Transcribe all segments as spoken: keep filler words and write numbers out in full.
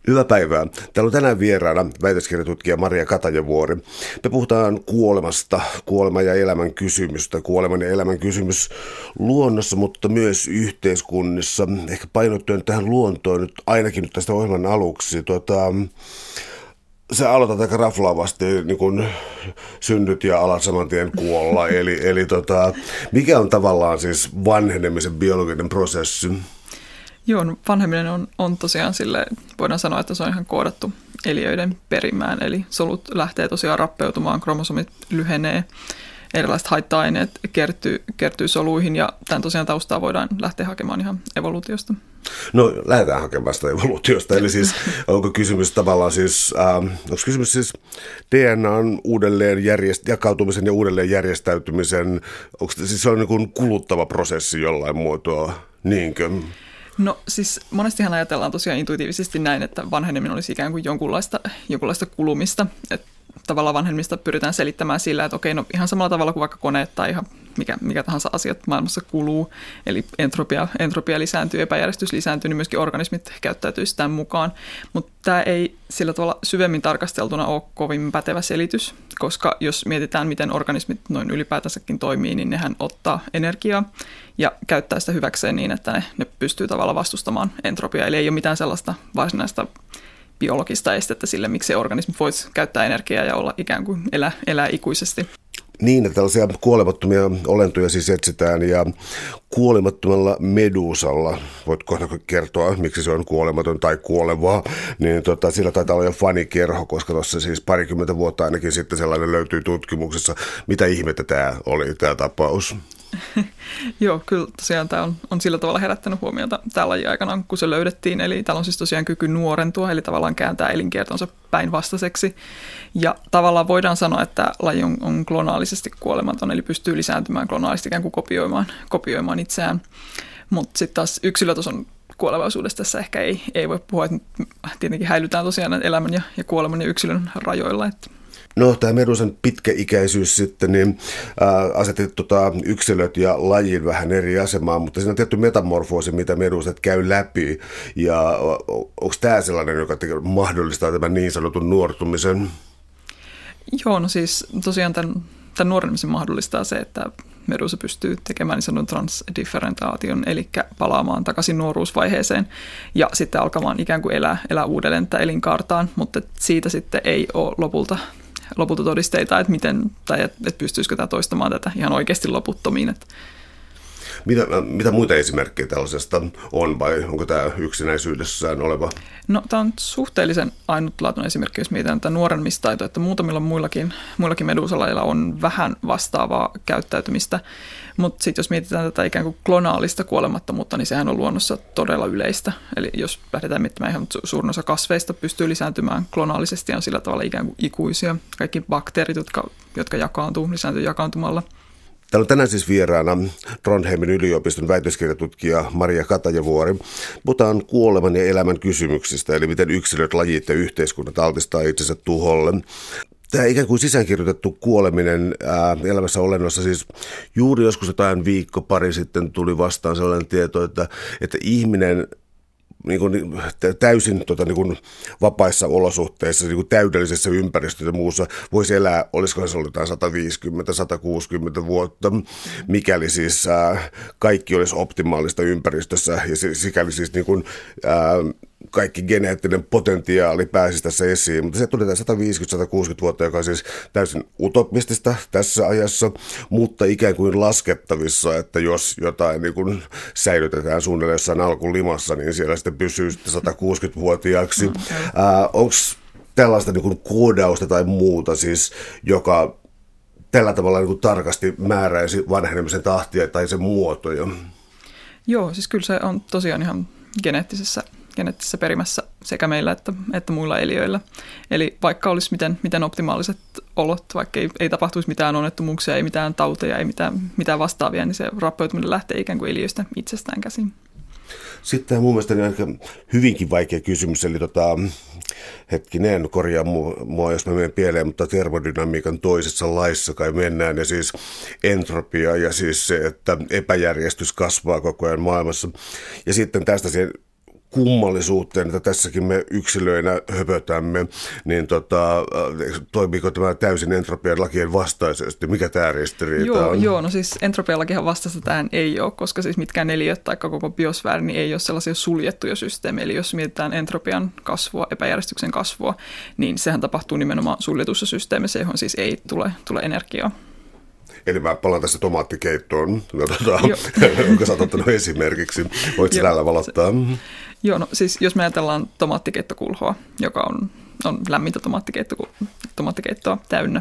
Hyvää päivää. Täällä on tänään vieraana väitöskirjatutkija Maria Katajavuori. Me puhutaan kuolemasta, kuoleman ja elämän kysymystä, kuoleman ja elämän kysymys luonnossa, mutta myös yhteiskunnissa. Ehkä painottuen tähän luontoon nyt ainakin nyt tästä ohjelman aluksi. Tuota, sä aloitat aika raflaavasti, niin kun synnyt ja alat saman tien kuolla. Eli, eli tota, mikä on tavallaan siis vanhenemisen biologinen prosessi? Joo, no vanhemminen on, on tosiaan sille, voidaan sanoa, että se on ihan koodattu eliöiden perimään, eli solut lähtee tosiaan rappeutumaan, kromosomit lyhenee, erilaiset haitta-aineet kertyy, kertyy soluihin, ja tämän tosiaan taustaa voidaan lähteä hakemaan ihan evoluutiosta. No, lähdetään hakemaan sitä evoluutiosta, eli siis onko kysymys tavallaan siis, äh, onko kysymys siis D N A:n uudelleen järjest- jakautumisen ja uudelleen järjestäytymisen, onko siis se on niin kuin kuluttava prosessi jollain muotoa, niinkö? No siis monestihan ajatellaan tosiaan intuitiivisesti näin, että vanheneminen olisi ikään kuin jonkunlaista, jonkunlaista kulumista. Että tavallaan vanhenemista pyritään selittämään sillä, että okei, no ihan samalla tavalla kuin vaikka koneet tai ihan mikä, mikä tahansa asiat maailmassa kuluu. Eli entropia, entropia lisääntyy, epäjärjestys lisääntyy, niin myöskin organismit käyttäytyy sitä mukaan. Mutta tämä ei sillä tavalla syvemmin tarkasteltuna ole kovin pätevä selitys, koska jos mietitään, miten organismit noin ylipäätänsäkin toimii, niin nehän ottaa energiaa ja käyttää sitä hyväkseen niin, että ne, ne pystyy tavallaan vastustamaan entropiaa. Eli ei ole mitään sellaista varsinaista biologista estettä sille, miksi organismi voisi käyttää energiaa ja olla ikään kuin elää, elää ikuisesti. Niin, että tällaisia kuolemattomia olentoja siis etsitään, ja kuolemattomalla medusalla, voitko kertoa, miksi se on kuolematon tai kuolevaa, niin tota, sillä taitaa olla jo fanikerho, koska tuossa siis parikymmentä vuotta ainakin sitten sellainen löytyy tutkimuksessa. Mitä ihmettä tämä oli, tämä tapaus? Joo, kyllä tosiaan tämä on, on sillä tavalla herättänyt huomiota tällä lajin aikana, kun se löydettiin. Eli täällä on siis tosiaan kyky nuorentua, eli tavallaan kääntää elinkiertonsa päinvastaiseksi. Ja tavallaan voidaan sanoa, että laji on, on klonaalisesti kuolematon, eli pystyy lisääntymään klonaalisesti ikään kuin kopioimaan, kopioimaan itseään. Mutta sitten taas yksilötason kuolevaisuudesta tässä ehkä ei, ei voi puhua, että tietenkin häilytään tosiaan elämän ja, ja kuoleman ja yksilön rajoilla, että No, tämä medusan pitkäikäisyys sitten, niin ää, asetit tota, yksilöt ja lajin vähän eri asemaan, mutta siinä on tietty metamorfoosi, mitä medusat käy läpi, ja onko tämä sellainen, joka mahdollistaa tämän niin sanotun nuortumisen? Joo, no siis tosiaan tämän, tämän nuorenemisen mahdollistaa se, että medusa pystyy tekemään niin sanotun transdifferentaation, eli palaamaan takaisin nuoruusvaiheeseen ja sitten alkamaan ikään kuin elää, elää uudelleen tätä elinkaartaan, mutta siitä sitten ei ole lopulta lopulta todisteita, että miten, tai että, että pystyisikö tämä toistamaan tätä ihan oikeasti loputtomiin. Että. Mitä, mitä muita esimerkkejä tällaisesta on, vai onko tämä yksinäisyydessään oleva? No, tämä on suhteellisen ainutlaatuinen esimerkki, jos mietitään tätä nuorenemistaitoa, että muutamilla muillakin, muillakin medusalailla on vähän vastaavaa käyttäytymistä, mutta sitten jos mietitään tätä ikään kuin klonaalista kuolemattomuutta, niin sehän on luonnossa todella yleistä. Eli jos lähdetään miettimään, ihan suurin osa kasveista pystyy lisääntymään klonaalisesti ja on sillä tavalla ikään kuin ikuisia. Kaikki bakteerit, jotka, jotka jakaantuu, lisääntyy jakaantumalla. Täällä on tänään siis vieraana Trondheimin yliopiston väitöskirjatutkija Maria Katajavuori. Puhutaan kuoleman ja elämän kysymyksistä, eli miten yksilöt, lajit ja yhteiskunnat altistaa itsensä tuholle. Tämä ikään kuin sisäänkirjoitettu kuoleminen ää, elämässä olennossa, siis juuri joskus jotain viikko pari sitten tuli vastaan sellainen tieto, että, että ihminen niin kuin täysin tota, niin kuin vapaissa olosuhteissa, niin kuin täydellisessä ympäristössä ja muussa voisi elää, olisiko se ollut jotain sata viisikymmentä sata kuusikymmentä vuotta, mikäli siis ää, kaikki olisi optimaalista ympäristössä ja sikäli siis niin kuin, ää, kaikki geneettinen potentiaali pääsisi tässä esiin, mutta se tuli tämä sata viisikymmentä sata kuusikymmentä vuotta, joka on siis täysin utopistista tässä ajassa, mutta ikään kuin laskettavissa, että jos jotain niin kuin säilytetään suunnilleen jossain alkulimassa, niin siellä sitten pysyy sitten sata kuusikymmentävuotiaaksi. Okay. Äh, onko tällaista niin kuin koodausta tai muuta, siis, joka tällä tavalla niin kuin tarkasti määräisi vanhenemisen tahtia tai sen muotoja? Joo, siis kyllä se on tosiaan ihan geneettisessä geneettisessä perimässä sekä meillä että, että muilla eliöillä. Eli vaikka olisi miten, miten optimaaliset olot, vaikka ei, ei tapahtuisi mitään onnettomuuksia, ei mitään tauteja, ei mitään, mitään vastaavia, niin se rappeutuminen lähtee ikään kuin eliöistä itsestään käsin. Sitten tämä mun mielestä aika hyvinkin vaikea kysymys, eli tota, hetkinen, korjaa mua, jos mä menen pieleen, mutta termodynamiikan toisessa laissa kai mennään, ja siis entropia, ja siis se, että epäjärjestys kasvaa koko ajan maailmassa. Ja sitten tästä siihen kummallisuuteen, että tässäkin me yksilöinä höpötämme, niin tota, toimiiko tämä täysin entropian lakien vastaisesti? Mikä tämä ristiriita joo, on? Joo, no siis entropian lakihan vastaista tähän ei ole, koska siis mitkään neliöt tai koko biosfääri niin ei ole sellaisia suljettuja systeemejä. Eli jos mietitään entropian kasvua, epäjärjestyksen kasvua, niin sehän tapahtuu nimenomaan suljetussa systeemissä, johon siis ei tule, tule energiaa. Eli mä palaan tässä tomaattikeittoon, no, tota, jonka sä oot ottanut esimerkiksi. Voitko täällä valottaa? Joo, no siis jos me ajatellaan tomaattikeittokulhoa, joka on, on lämmintä tomaattikeitto, tomaattikeittoa täynnä,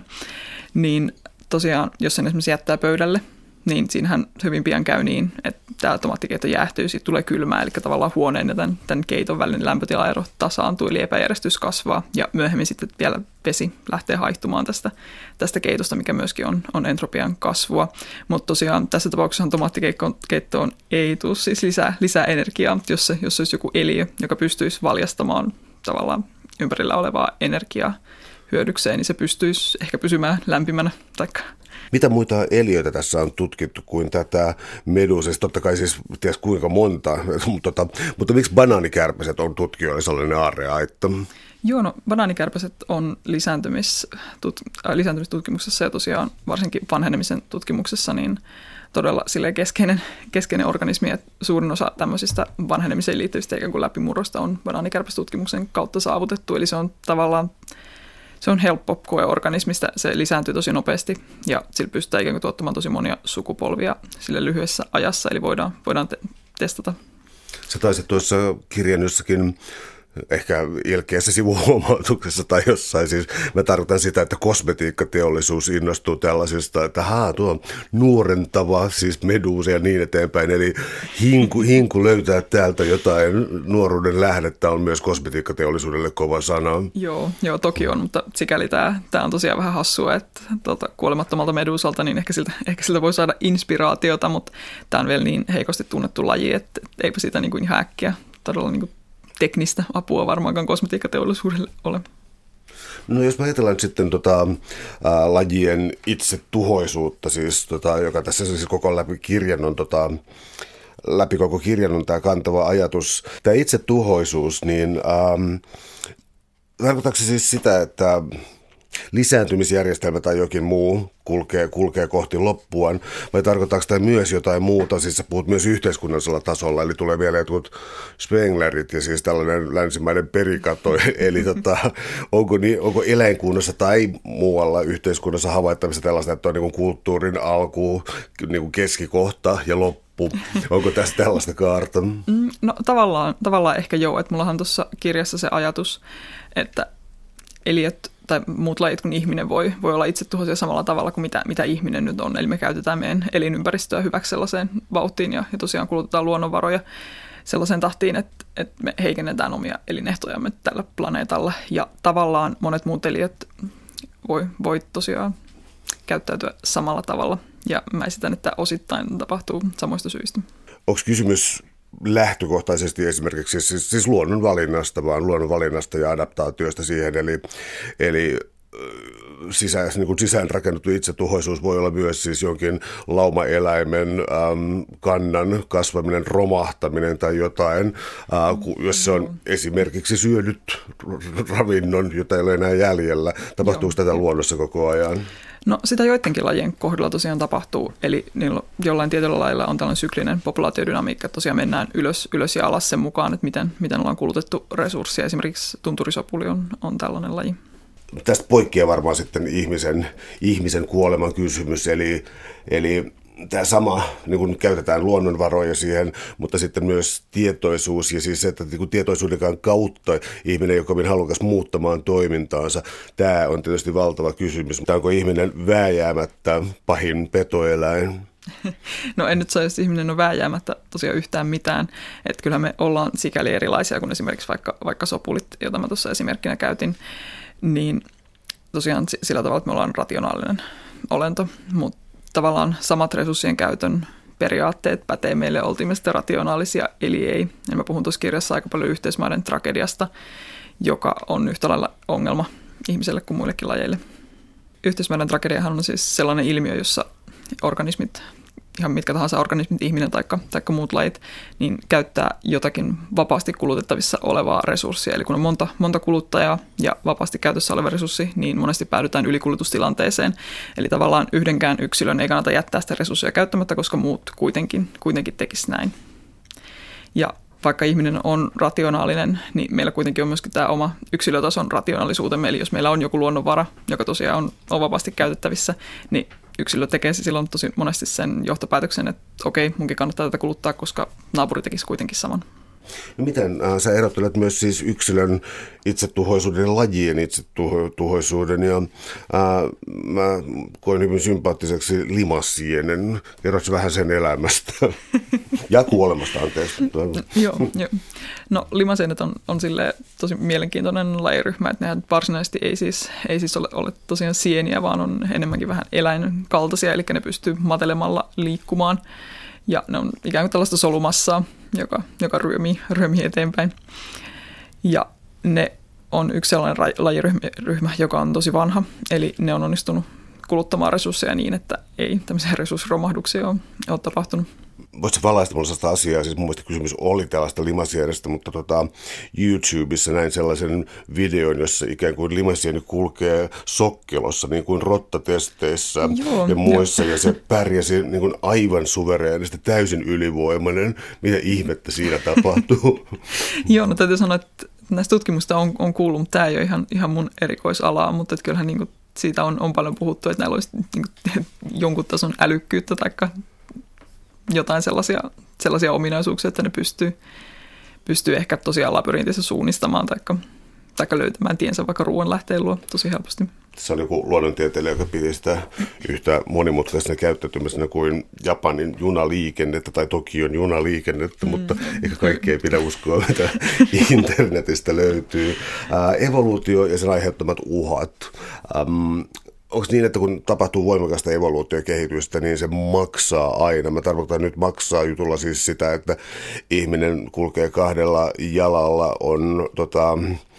niin tosiaan, jos sen esimerkiksi jättää pöydälle, niin siinähän hyvin pian käy niin, että tämä tomaattikeitto jäähtyy, siitä tulee kylmää, eli tavallaan huoneen ja tämän, tämän keiton välinen lämpötilaero tasaantuu, eli epäjärjestys kasvaa, ja myöhemmin sitten vielä vesi lähtee haihtumaan tästä, tästä keitosta, mikä myöskin on, on entropian kasvua. Mutta tosiaan tässä tapauksessa tomaattikeittoon ei tule siis lisää, lisää energiaa, jos se, jos se olisi joku eliö, joka pystyisi valjastamaan tavallaan ympärillä olevaa energiaa hyödykseen, niin se pystyisi ehkä pysymään lämpimänä, taikka mitä muita eliöitä tässä on tutkittu kuin tätä meduusia? Totta kai siis ties kuinka monta, mutta, mutta miksi banaanikärpäset on tutkijoille sellainen aarreaitta? Joo, no banaanikärpäset on lisääntymis, tut, äh, lisääntymistutkimuksessa ja tosiaan varsinkin vanhenemisen tutkimuksessa niin todella silleen keskeinen, keskeinen organismi, että suurin osa tämmöisistä vanhenemiseen liittyvistä ikään kuin läpimurrosta on banaanikärpästutkimuksen kautta saavutettu, eli se on tavallaan Se on helppo koeorganismista, se lisääntyy tosi nopeasti ja sillä pystytään ikään kuin tuottamaan tosi monia sukupolvia sille lyhyessä ajassa, eli voidaan, voidaan te- testata. Sä taisit tuossa kirjan jossakin ehkä ilkeässä sivuhuomautuksessa tai jossain, siis mä tarkoitan sitä, että kosmetiikkateollisuus innostuu tällaisista, että haa, tuo on nuorentava, siis meduusi ja niin eteenpäin, eli hinku, hinku löytää täältä jotain nuoruuden lähdettä on myös kosmetiikkateollisuudelle kova sana. Joo, joo toki on, mutta sikäli tämä, tämä on tosiaan vähän hassua, että tuota, kuolemattomalta meduusalta, niin ehkä siltä, ehkä siltä voi saada inspiraatiota, mutta tämä on vielä niin heikosti tunnettu laji, että eipä siitä niin kuin ihan äkkiä todella niin kuin teknistä apua varmaankaan kosmetiikkateollisuudelle ole. No jos me ajatellaan sitten tota, ää, lajien itsetuhoisuutta, siis, tota, joka tässä siis koko läpi kirjan on, tota, läpi koko kirjan on tämä kantava ajatus. Tämä itsetuhoisuus, niin ähm, tarkoittaako se siis sitä, että lisääntymisjärjestelmä tai jokin muu kulkee, kulkee kohti loppuaan, vai tarkoittaako tämä myös jotain muuta, siis sä puhut myös yhteiskunnallisella tasolla, eli tulee vielä jotkut Spenglerit ja siis tällainen länsimainen perikato, eli tota, onko, niin, onko eläinkunnassa tai muualla yhteiskunnassa havaittavissa tällaista, että on niin kuin kulttuurin alku, niin kuin keskikohta ja loppu, onko tässä tällaista kaarta? No tavallaan, tavallaan ehkä joo, että mullahan tuossa kirjassa se ajatus, että eliöt tai muut lajit kuin ihminen voi, voi olla itsetuhoisia samalla tavalla kuin mitä, mitä ihminen nyt on. Eli me käytetään meidän elinympäristöä hyväksi sellaiseen vauhtiin ja, ja tosiaan kulutetaan luonnonvaroja sellaiseen tahtiin, että, että me heikennetään omia elinehtojamme tällä planeetalla. Ja tavallaan monet muut eliöt voi, voi tosiaan käyttäytyä samalla tavalla. Ja mä esitän, että osittain tapahtuu samoista syistä. Onko kysymys lähtökohtaisesti esimerkiksi siis, siis luonnon valinnasta, vaan luonnon valinnasta ja adaptaatiosta siihen, eli, eli sisään, niin kuin sisäänrakennettu itsetuhoisuus voi olla myös siis jonkin laumaeläimen äm, kannan kasvaminen, romahtaminen tai jotain, äh, jos se on esimerkiksi syönyt ravinnon, jota ei ole enää jäljellä. Tapahtuuko tätä luonnossa koko ajan? No sitä joidenkin lajien kohdalla tosiaan tapahtuu, eli niillä jollain tietyllä lailla on tällainen syklinen populaatiodynamiikka, että tosiaan mennään ylös, ylös ja alas sen mukaan, että miten, miten ollaan kulutettu resursseja. Esimerkiksi tunturisopuli on, on tällainen laji. Tästä poikkeaa varmaan sitten ihmisen, ihmisen kuoleman kysymys, eli, eli tämä sama, niin kun käytetään luonnonvaroja siihen, mutta sitten myös tietoisuus ja siis se, että niin tietoisuuden kautta ihminen, joka on halukas muuttamaan toimintaansa, tämä on tietysti valtava kysymys. Mutta onko ihminen vääjäämättä pahin petoeläin? No en nyt saa, jos ihminen on vääjäämättä tosiaan yhtään mitään. Että kyllähän me ollaan sikäli erilaisia kuin esimerkiksi vaikka, vaikka sopulit, jota mä tuossa esimerkkinä käytin, niin tosiaan sillä tavalla, että me ollaan rationaalinen olento, mutta tavallaan samat resurssien käytön periaatteet pätee meille, oltiin sitten rationaalisia, eli ei. Ja mä puhun tuossa kirjassa aika paljon yhteismaiden tragediasta, joka on yhtä lailla ongelma ihmiselle kuin muillekin lajeille. Yhteismaiden tragediahan on siis sellainen ilmiö, jossa organismit ihan mitkä tahansa organismit, ihminen tai muut lajit, niin käyttää jotakin vapaasti kulutettavissa olevaa resurssia. Eli kun on monta, monta kuluttajaa ja vapaasti käytössä oleva resurssi, niin monesti päädytään ylikulutustilanteeseen. Eli tavallaan yhdenkään yksilön ei kannata jättää sitä resurssia käyttämättä, koska muut kuitenkin, kuitenkin tekisivät näin. Ja vaikka ihminen on rationaalinen, niin meillä kuitenkin on myöskin tämä oma yksilötason rationaalisuutemme. Eli jos meillä on joku luonnonvara, joka tosiaan on, on vapaasti käytettävissä, niin yksilö tekee silloin tosi monesti sen johtopäätöksen, että okei, munkin kannattaa tätä kuluttaa, koska naapuri tekisi kuitenkin saman. No miten äh, sä erottelet myös siis yksilön itsetuhoisuuden ja lajien itsetuhoisuuden, ja äh, mä koen hyvin sympaattiseksi limassienen. Kerrotko vähän sen elämästä ja kuolemasta, anteeksi. Joo, jo. No limasienet on, on silleen tosi mielenkiintoinen lajiryhmä, että nehän varsinaisesti ei siis, ei siis ole, ole tosiaan sieniä, vaan on enemmänkin vähän eläinkaltaisia, eli ne pystyy matelemalla liikkumaan. Ja ne on ikään kuin tällaista solumassaa, joka, joka ryömii, ryömii eteenpäin. Ja ne on yksi sellainen lajiryhmä, joka on tosi vanha. Eli ne on onnistunut kuluttamaan resursseja niin, että ei tämmöisiä resurssiromahduksia ole, ole tapahtunut. Voisitko valaista minulle sellaista asiaa? Siis mun mielestä kysymys oli tällaista limasienestä, mutta tota, YouTubessa näin sellaisen videon, jossa ikään kuin limasieni kulkee sokkelossa, niin kuin rottatesteissä Joo, ja muissa, jo. ja se pärjäsi niin kuin aivan suvereenisti, täysin ylivoimainen. Mitä ihmettä siinä tapahtuu? Joo, no täytyy sanoa, että näistä tutkimusta on, on kuullut, mutta tämä ei ole ihan, ihan mun erikoisalaa, mutta että kyllähän niin kuin siitä on, on paljon puhuttu, että näillä olisi niin kuin jonkun tason älykkyyttä tai jotain sellaisia, sellaisia ominaisuuksia, että ne pystyy, pystyy ehkä tosiaan labyrintissä suunnistamaan tai, tai löytämään tiensä vaikka ruoanlähteen luo tosi helposti. Se on joku luonnontieteilijä, joka piti sitä yhtä monimutkaisena käyttäytymisenä kuin Japanin junaliikennettä tai Tokion junaliikennettä, mm. mutta ehkä kaikkea ei pidä uskoa, mitä internetistä löytyy. Ää, evoluutio ja sen aiheuttamat uhat. Ähm, Onko niin, että kun tapahtuu voimakasta evoluutiokehitystä, niin se maksaa aina? Mä tarkoitan nyt maksaa jutulla siis sitä, että ihminen kulkee kahdella jalalla, on tota,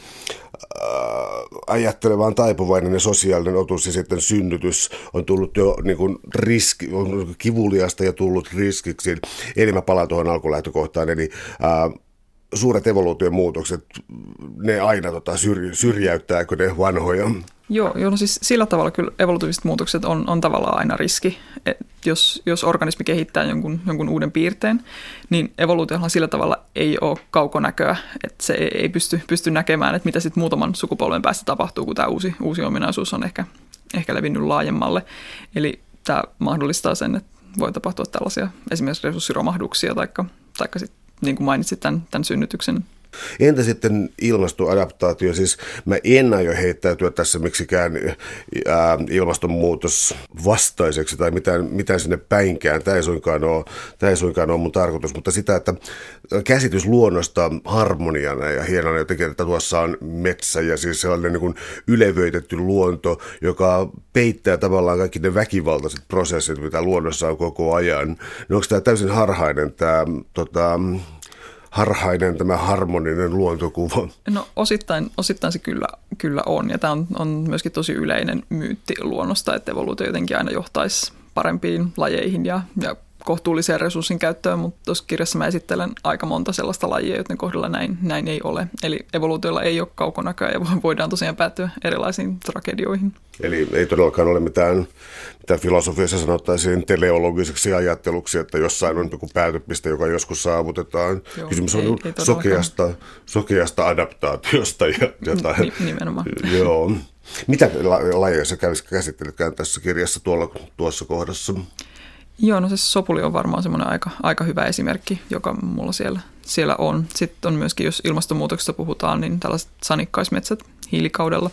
äh, ajattelemaan taipuvainen ja sosiaalinen otus, ja sitten synnytys on tullut jo niin kuin riski, on kivuliasta ja tullut riskiksi. Eli mä palaan tuohon alkulähtökohtaan, eli äh, suuret evoluution muutokset, ne aina tota, syrj- syrjäyttääkö ne vanhoja? Joo, joo no siis sillä tavalla kyllä evolutiiviset muutokset on, on tavallaan aina riski. Et jos, jos organismi kehittää jonkun, jonkun uuden piirteen, niin evoluutiohan sillä tavalla ei ole kaukonäköä, että se ei pysty, pysty näkemään, että mitä sitten muutaman sukupolven päästä tapahtuu, kun tämä uusi, uusi ominaisuus on ehkä, ehkä levinnyt laajemmalle. Eli tämä mahdollistaa sen, että voi tapahtua tällaisia esimerkiksi resurssiromahduksia, tai sitten niin kuin mainitsit tämän, tämän synnytyksen. Entä sitten ilmastoadaptaatio? Siis mä en aio heittäytyä tässä miksikään ää, ilmastonmuutos vastaiseksi tai mitään, mitään sinne päinkään. Tämä ei, suinkaan ole, tämä ei suinkaan ole mun tarkoitus, mutta sitä, että käsitys luonnosta harmoniana ja hienona jotenkin, että tuossa on metsä ja siis sellainen niin kuin ylevöitetty luonto, joka peittää tavallaan kaikki ne väkivaltaiset prosessit, mitä luonnossa on koko ajan. No onko tämä täysin harhainen tämä tota, harhainen tämä harmoninen luontokuva? No osittain, osittain se kyllä, kyllä on, ja tämä on, on myöskin tosi yleinen myytti luonnosta, että evoluutio jotenkin aina johtaisi parempiin lajeihin ja, ja kohtuulliseen resurssin käyttöön, mutta tuossa kirjassa mä esittelen aika monta sellaista lajia, joiden kohdalla näin, näin ei ole. Eli evoluutiolla ei ole kaukonäköä ja voidaan tosiaan päätyä erilaisiin tragedioihin. Eli ei todellakaan ole mitään, mitä filosofiassa sanottaisiin teleologiseksi ajatteluksi, että jossain on joku päätöpiste, joka joskus saavutetaan. Joo, Kysymys on ei, ei sokeasta, sokeasta adaptaatiosta ja jotain. Nimenomaan. Joo. Mitä lajeja sä käsittelitkään tässä kirjassa tuolla, tuossa kohdassa? Joo, no se sopuli on varmaan semmoinen aika, aika hyvä esimerkki, joka mulla siellä, siellä on. Sitten on myöskin, jos ilmastonmuutoksesta puhutaan, niin tällaiset sanikkaismetsät hiilikaudella.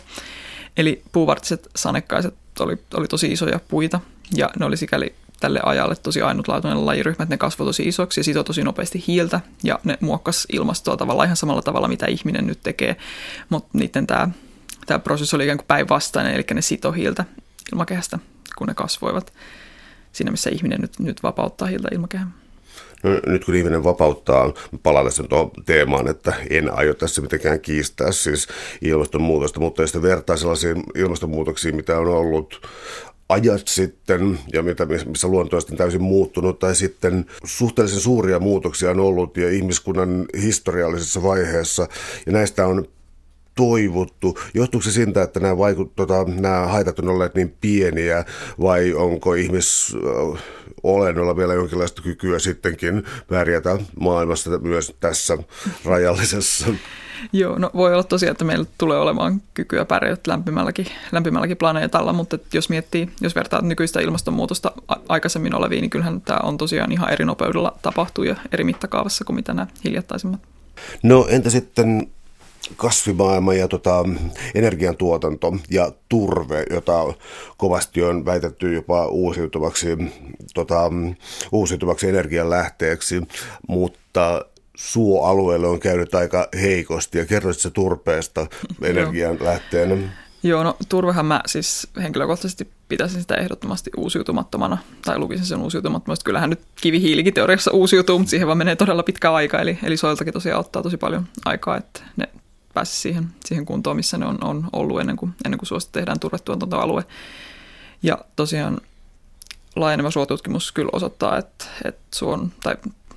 Eli puuvartiset sanekkaiset oli, oli tosi isoja puita, ja ne oli sikäli tälle ajalle tosi ainutlaatuinen lajiryhmä, että ne kasvoi tosi isoksi ja sitoi tosi nopeasti hiiltä, ja ne muokkasi ilmastoa tavallaan ihan samalla tavalla, mitä ihminen nyt tekee. Mutta niiden tämä, tämä prosessi oli ikään kuin päinvastainen, eli ne sitoi hiiltä ilmakehästä, kun ne kasvoivat. Siinä, missä ihminen nyt, nyt vapauttaa hiiltä ilmakehään. No, nyt kun ihminen vapauttaa, palaan sen tuohon teemaan, että en aio tässä mitenkään kiistää siis ilmastonmuutosta, mutta jos vertaa sellaisiin ilmastonmuutoksiin, mitä on ollut ajat sitten ja mitä, missä luonto on täysin muuttunut, tai sitten suhteellisen suuria muutoksia on ollut ja ihmiskunnan historiallisessa vaiheessa, ja näistä on toivottu. Johtuuko se siitä, että nämä, vaikut, tota, nämä haitat on olleet niin pieniä, vai onko ihmisolennolla vielä jonkinlaista kykyä sittenkin pärjätä maailmassa myös tässä rajallisessa? Joo, no voi olla tosiaan, että meillä tulee olemaan kykyä pärjätä lämpimälläkin, lämpimälläkin planeetalla, mutta jos miettii, jos vertaa nykyistä ilmastonmuutosta aikaisemmin oleviin, niin kyllähän tämä on tosiaan ihan eri nopeudella tapahtuu ja eri mittakaavassa kuin mitä nämä hiljattaisimmat. No entä sitten kasvimaailma ja tota, energiantuotanto ja turve, jota kovasti on väitetty jopa uusiutuvaksi, tota, uusiutuvaksi energianlähteeksi, mutta suoalueelle on käynyt aika heikosti, ja kerroit se turpeesta energianlähteenä. Joo, no turvehan mä siis henkilökohtaisesti pitäisin sitä ehdottomasti uusiutumattomana, tai lukisin sen uusiutumattomasti. Kyllähän nyt kivihiilikin teoriassa uusiutuu, mutta siihen vaan menee todella pitkä aika, eli, eli soiltakin tosiaan ottaa tosi paljon aikaa, että ne pääsisi siihen, siihen kuntoon, missä ne on, on ollut ennen kuin, ennen kuin suosta tehdään turvetuotantoalue. Ja tosiaan laajeneva suotutkimus kyllä osoittaa, että, että suon, tai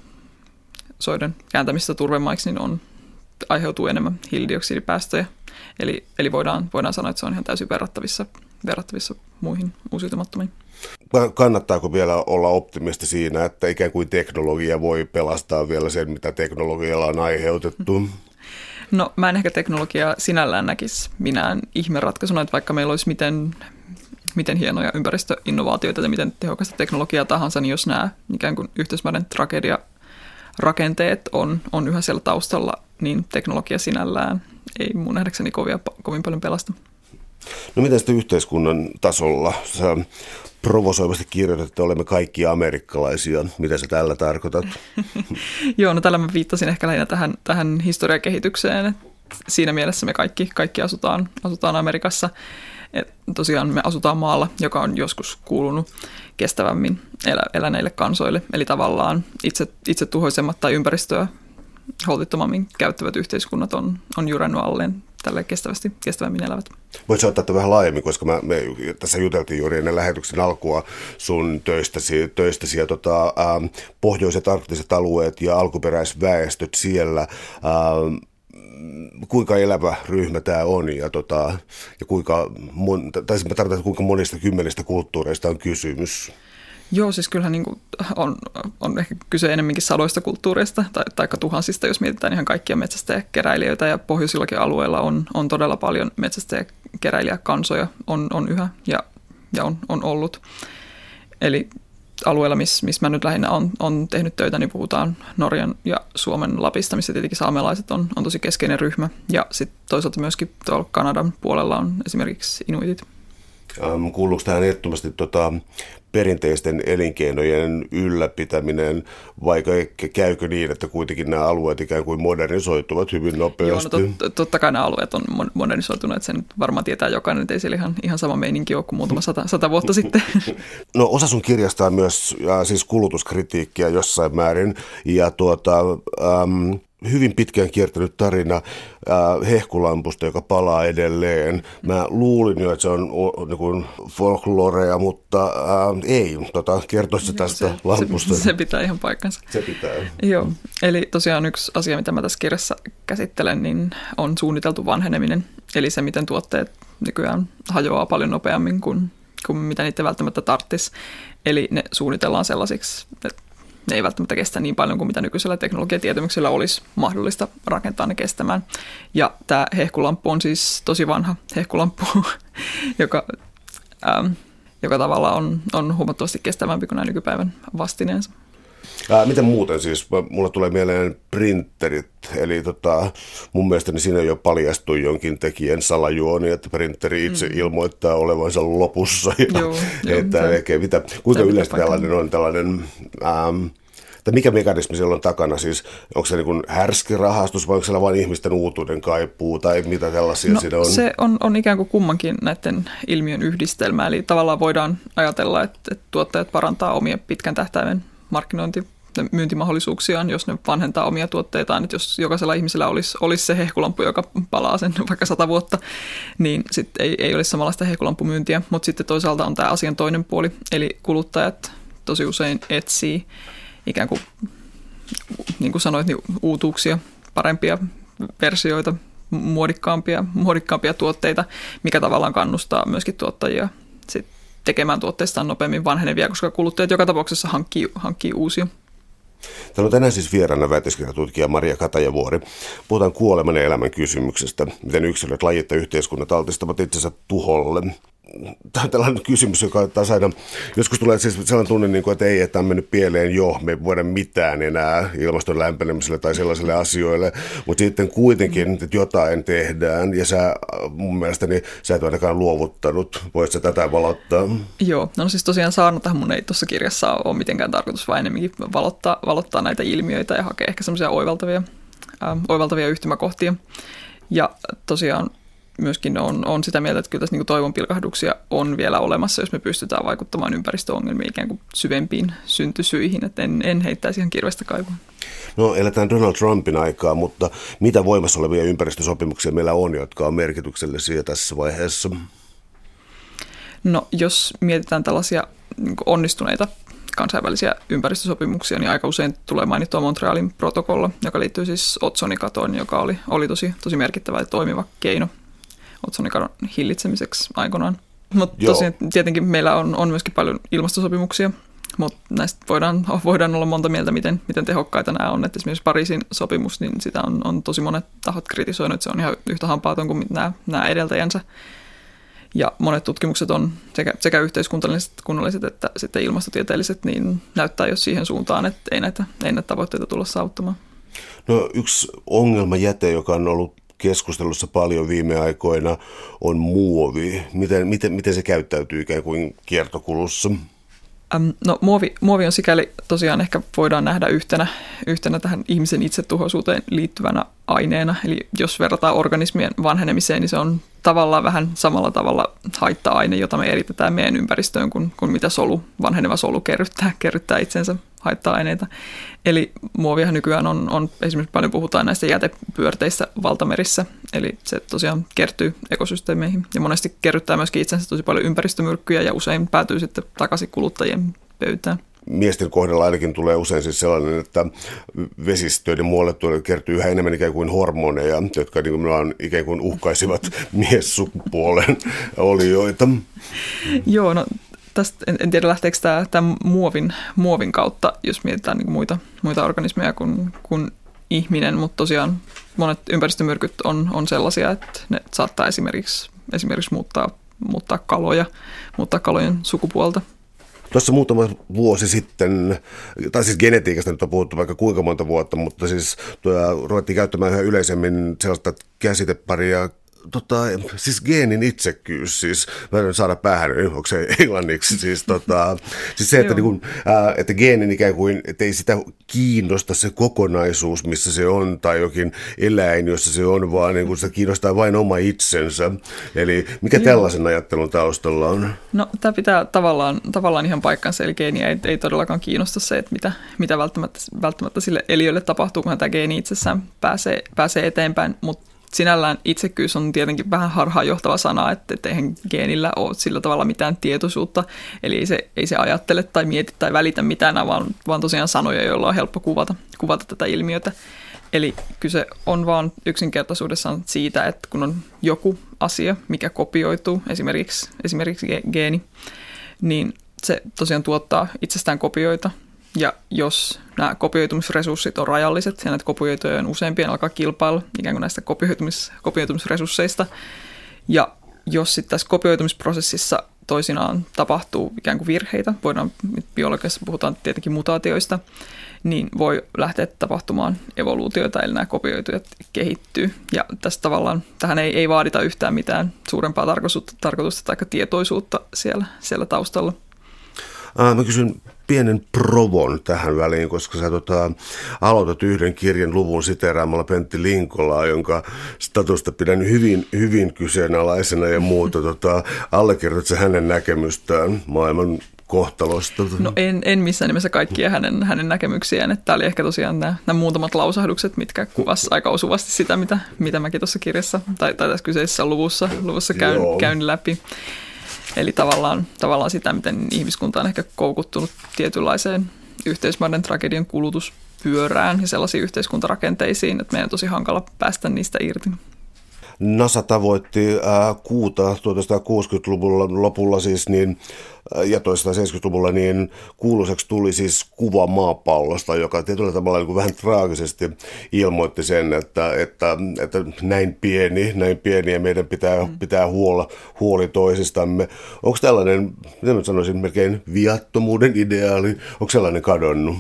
soiden kääntämistä turvemaiksi niin on, aiheutuu enemmän hiilidioksidipäästöjä. Eli, eli voidaan, voidaan sanoa, että se on ihan täysin verrattavissa, verrattavissa muihin uusiutumattomiin. Kannattaako vielä olla optimisti siinä, että ikään kuin teknologia voi pelastaa vielä sen, mitä teknologialla on aiheutettu? No mä en ehkä teknologiaa sinällään näkisi minään ihmeratkaisuna, että vaikka meillä olisi miten, miten hienoja ympäristöinnovaatioita ja miten tehokasta teknologiaa tahansa, niin jos nämä ikään kuin yhteismäinen tragedia rakenteet on, on yhä siellä taustalla, niin teknologia sinällään ei mun nähdäkseni kovin, kovin paljon pelasta. No miten sitten yhteiskunnan tasolla? Sä provosoivasti kirjoitat, että olemme kaikki amerikkalaisia. Mitä sä tällä tarkoitat? Joo, no tällä mä viittasin ehkä lähinnä tähän, tähän historiakehitykseen. Siinä mielessä me kaikki, kaikki asutaan, asutaan Amerikassa. Et tosiaan me asutaan maalla, joka on joskus kuulunut kestävämmin elä, eläneille kansoille. Eli tavallaan itse, itse tuhoisemmat tai ympäristöä holtittomammin käyttävät yhteiskunnat on, on jyrännyt alleen tälle kestävästi, kestävämmin elävät. Voitko ottaa tätä vähän laajemmin, koska mä, me tässä juteltiin juuri ennen lähetyksen alkua sun töistäsi, töistäsi ja tota, ähm, pohjoiset arktiset alueet ja alkuperäisväestöt siellä. Ähm, kuinka elävä ryhmä tämä on ja, tota, ja kuinka, mon, tai mä tarkoitan, kuinka monista kymmenistä kulttuureista on kysymys? Joo, siis kyllähän niin kuin on, on ehkä kyse enemmänkin sadoista kulttuureista tai, tai tuhansista, jos mietitään ihan kaikkia metsästäjäkeräilijöitä, ja pohjoisillakin alueilla on, on todella paljon metsästäjäkeräilijäkansoja, on, on yhä ja, ja on, on ollut. Eli alueella, missä miss mä nyt lähinnä on, on tehnyt töitä, niin puhutaan Norjan ja Suomen Lapista, missä tietenkin saamelaiset on, on tosi keskeinen ryhmä, ja sitten toisaalta myöskin tuolla Kanadan puolella on esimerkiksi inuitit. Ähm, kuuluuko tähän ehdottomasti tota, perinteisten elinkeinojen ylläpitäminen, vaikka käykö niin, että kuitenkin nämä alueet ikään kuin modernisoituvat hyvin nopeasti? Joo, no tot, totta kai nämä alueet on modernisoituneet, sen varmaan tietää jokainen, että ei siellä ihan, ihan sama meininki ole kuin muutama sata, sata vuotta sitten. No osa sun kirjasta on myös ja, siis kulutuskritiikkiä jossain määrin, ja tuota... Ähm, hyvin pitkään kiertänyt tarina äh, hehkulampusta, joka palaa edelleen. Mä luulin jo, että se on o, niin kuin folklorea, mutta äh, ei. Tota, kertoisi tästä se, lampusta. Se, se pitää ihan paikkansa. Se pitää. Joo, eli tosiaan yksi asia, mitä mä tässä kirjassa käsittelen, niin on suunniteltu vanheneminen. Eli se, miten tuotteet nykyään hajoaa paljon nopeammin kuin, kuin mitä niitä välttämättä tarvitsisi. Eli ne suunnitellaan sellaisiksi, että ne ei välttämättä kestä niin paljon kuin mitä nykyisellä teknologiatietämyksellä olisi mahdollista rakentaa ne kestämään. Ja tämä hehkulamppu on siis tosi vanha hehkulamppu, joka, ähm, joka tavallaan on, on huomattavasti kestävämpi kuin nämä nykypäivän vastineensa. Ää, miten muuten siis? Mulla tulee mieleen printerit, eli tota, mun mielestäni siinä jo paljastui jonkin tekijän salajuoni, että printeri itse mm. ilmoittaa olevansa lopussa. Ja, joo, että joo, se, mitä, kuinka yleistä tällainen on tällainen... Ähm, tai mikä mekanismi siellä on takana? Siis, onko se niin kuin härski rahastus vai onko siellä vain ihmisten uutuuden kaipuu tai mitä tällaisia no, siinä on? Se on, on ikään kuin kummankin näiden ilmiön yhdistelmä. Eli tavallaan voidaan ajatella, että, että tuottajat parantaa omia pitkän tähtäimen markkinointi, myyntimahdollisuuksiaan, jos ne vanhentaa omia tuotteitaan. Että jos jokaisella ihmisellä olisi, olisi se hehkulampu, joka palaa sen vaikka sata vuotta, niin sitten ei, ei olisi samanlaista hehkulampumyyntiä. Mutta sitten toisaalta on tämä asian toinen puoli, eli kuluttajat tosi usein etsii ikään kuin, niin kuin sanoit, niin uutuuksia, parempia versioita, muodikkaampia, muodikkaampia tuotteita, mikä tavallaan kannustaa myöskin tuottajia sit tekemään tuotteistaan nopeammin vanhenevia, koska kuluttajat joka tapauksessa hankkii, hankkii uusia. Täällä on tänään siis vieraana väitöskirjatutkija Maria Katajavuori. Puhutaan kuoleman ja elämän kysymyksestä, miten yksilöt, lajit ja yhteiskunnat altistavat itsensä tuholle. Tämä on tällainen kysymys, joka taas aina, joskus tulee siis sellainen tunne, että ei, että on mennyt pieleen jo, me ei voida mitään enää ilmaston lämpenemiselle tai sellaisille asioille, mutta sitten kuitenkin, että jotain tehdään, ja sä mun mielestäni sä et ole ainakaan luovuttanut. Voit sä tätä valottaa? Joo, no siis tosiaan saarnatahan mun ei tuossa kirjassa ole mitenkään tarkoitus, vaan enemmänkin valottaa, valottaa näitä ilmiöitä ja hakea ehkä semmoisia oivaltavia, äh, oivaltavia yhtymäkohtia. Ja tosiaan myöskin on, on sitä mieltä, että kyllä tässä niin toivonpilkahduksia on vielä olemassa, jos me pystytään vaikuttamaan ympäristöongelmiin ikään kuin syvempiin syntysyihin, että en, en heittäisi ihan kirvestä kaivua. No eletään Donald Trumpin aikaa, mutta mitä voimassa olevia ympäristösopimuksia meillä on, jotka on merkityksellisiä tässä vaiheessa? No jos mietitään tällaisia niin kuin onnistuneita kansainvälisiä ympäristösopimuksia, niin aika usein tulee mainittua Montrealin protokolla, joka liittyy siis otsonikatoon, joka oli, oli tosi, tosi merkittävä ja toimiva keino otsonikadon hillitsemiseksi aikoinaan. Mutta tosiaan tietenkin meillä on, on myöskin paljon ilmastosopimuksia, mutta näistä voidaan, voidaan olla monta mieltä, miten, miten tehokkaita nämä on. Et esimerkiksi Pariisin sopimus, niin sitä on, on tosi monet tahot kritisoinut, että se on ihan yhtä hampaaton kuin nämä, nämä edeltäjänsä. Ja monet tutkimukset on sekä, sekä yhteiskunnalliset, kunnalliset että sitten ilmastotieteelliset, niin näyttää jo siihen suuntaan, että ei näitä, ei näitä tavoitteita tulla saavuttamaan. No yksi ongelmajäte, joka on ollut keskustelussa paljon viime aikoina, on muovi. Miten, miten, miten se käyttäytyy ikään kuin kiertokulussa? No muovi, muovi on sikäli tosiaan ehkä voidaan nähdä yhtenä, yhtenä tähän ihmisen itsetuhoisuuteen liittyvänä aineena. Eli jos verrataan organismien vanhenemiseen, niin se on tavallaan vähän samalla tavalla haitta-aine, jota me eritetään meidän ympäristöön, kuin, kuin mitä solu, vanheneva solu kerryttää, kerryttää itsensä haitta-aineita. Eli muoviahan nykyään on, on, esimerkiksi paljon puhutaan näistä jätepyörteistä valtamerissä, eli se tosiaan kertyy ekosysteemeihin ja monesti kerryttää myöskin itsensä tosi paljon ympäristömyrkkyjä ja usein päätyy sitten takaisin kuluttajien pöytään. Miesten kohdalla ainakin tulee usein siis sellainen, että vesistöiden muualle kertyy yhä enemmän ikään kuin hormoneja, jotka niin kuin ikään kuin uhkaisivat miessukupuolen olijoita. Joo, no tästä en, en tiedä lähteekö tämä, tämä muovin, muovin kautta, jos mietitään niin muita, muita organismeja kuin, kuin ihminen, mutta tosiaan monet ympäristömyrkyt on, on sellaisia, että ne saattaa esimerkiksi, esimerkiksi muuttaa, muuttaa kaloja, muuttaa kalojen sukupuolta. Tuossa muutama vuosi sitten, tai siis genetiikasta nyt on puhuttu vaikka kuinka monta vuotta, mutta siis tuo, ruvettiin käyttämään yhä yleisemmin sellaista käsiteparia, tota, siis geenin itsekkyys, siis mä en saada päähän, onko se englanniksi, siis, tota, siis se, että, niin kuin, ää, että geenin ikään kuin, että ei sitä kiinnosta se kokonaisuus, missä se on, tai jokin eläin, jossa se on, vaan niin kuin sitä kiinnostaa vain oma itsensä. Eli mikä Joo. tällaisen ajattelun taustalla on? No tämä pitää tavallaan, tavallaan ihan paikkansa, eli geeniä ei, ei todellakaan kiinnosta se, että mitä, mitä välttämättä, välttämättä sille eliölle tapahtuu, kunhan tämä geeni itsessään pääsee, pääsee eteenpäin, mutta sinällään itsekkyys on tietenkin vähän harhaanjohtava sana, että eihän geenillä ole sillä tavalla mitään tietoisuutta, eli ei se, ei se ajattele tai mieti tai välitä mitään, vaan, vaan tosiaan sanoja, joilla on helppo kuvata, kuvata tätä ilmiötä. Eli kyse on vaan yksinkertaisuudessaan siitä, että kun on joku asia, mikä kopioituu, esimerkiksi, esimerkiksi geeni, niin se tosiaan tuottaa itsestään kopioita. Ja jos nämä kopioitumisresurssit on rajalliset ja näitä kopioituja on useampia, alkaa kilpailla ikään kuin näistä kopioitumis, kopioitumisresursseista. Ja jos sitten tässä kopioitumisprosessissa toisinaan tapahtuu ikään kuin virheitä, voidaan, biologiassa puhutaan tietenkin mutaatioista, niin voi lähteä tapahtumaan evoluutioita, eli nämä kopioitujat kehittyy. Ja tässä tavallaan tähän ei, ei vaadita yhtään mitään suurempaa tarkoitusta tai tietoisuutta siellä, siellä taustalla. Äh, mä kysyn pienen provon tähän väliin, koska sä tota, aloitat yhden kirjan luvun siteeraamalla Pentti Linkolaa, jonka statusta pidän hyvin, hyvin kyseenalaisena ja muuta. Tota, allekirjoitat sä hänen näkemystään maailman kohtalosta? No en, en missään nimessä kaikkia hänen, hänen näkemyksiään. Että tämä oli ehkä tosiaan nämä, nämä muutamat lausahdukset, mitkä kuvasivat aika osuvasti sitä, mitä, mitä mäkin tuossa kirjassa tai, tai tässä kyseisessä luvussa, luvussa käyn, käyn läpi. Eli tavallaan, tavallaan sitä, miten ihmiskunta on ehkä koukuttunut tietynlaiseen yhteismaiden tragedian kulutuspyörään ja sellaisiin yhteiskuntarakenteisiin, että meidän on tosi hankala päästä niistä irti. NASA tavoitti ää, kuuta tuhatyhdeksänsataakuusikymmentäluvulla lopulla siis niin, ja tuhatyhdeksänsataaseitsemänkymmentäluvulla niin kuuluiseksi tuli siis kuva maapallosta, joka tietyllä tavalla niin kuin vähän traagisesti ilmoitti sen, että, että, että näin pieni, näin pieni ja meidän pitää, mm. pitää huolla, huoli toisistamme. Onko tällainen, mitä mä sanoisin, melkein viattomuuden ideaali, onko sellainen kadonnut?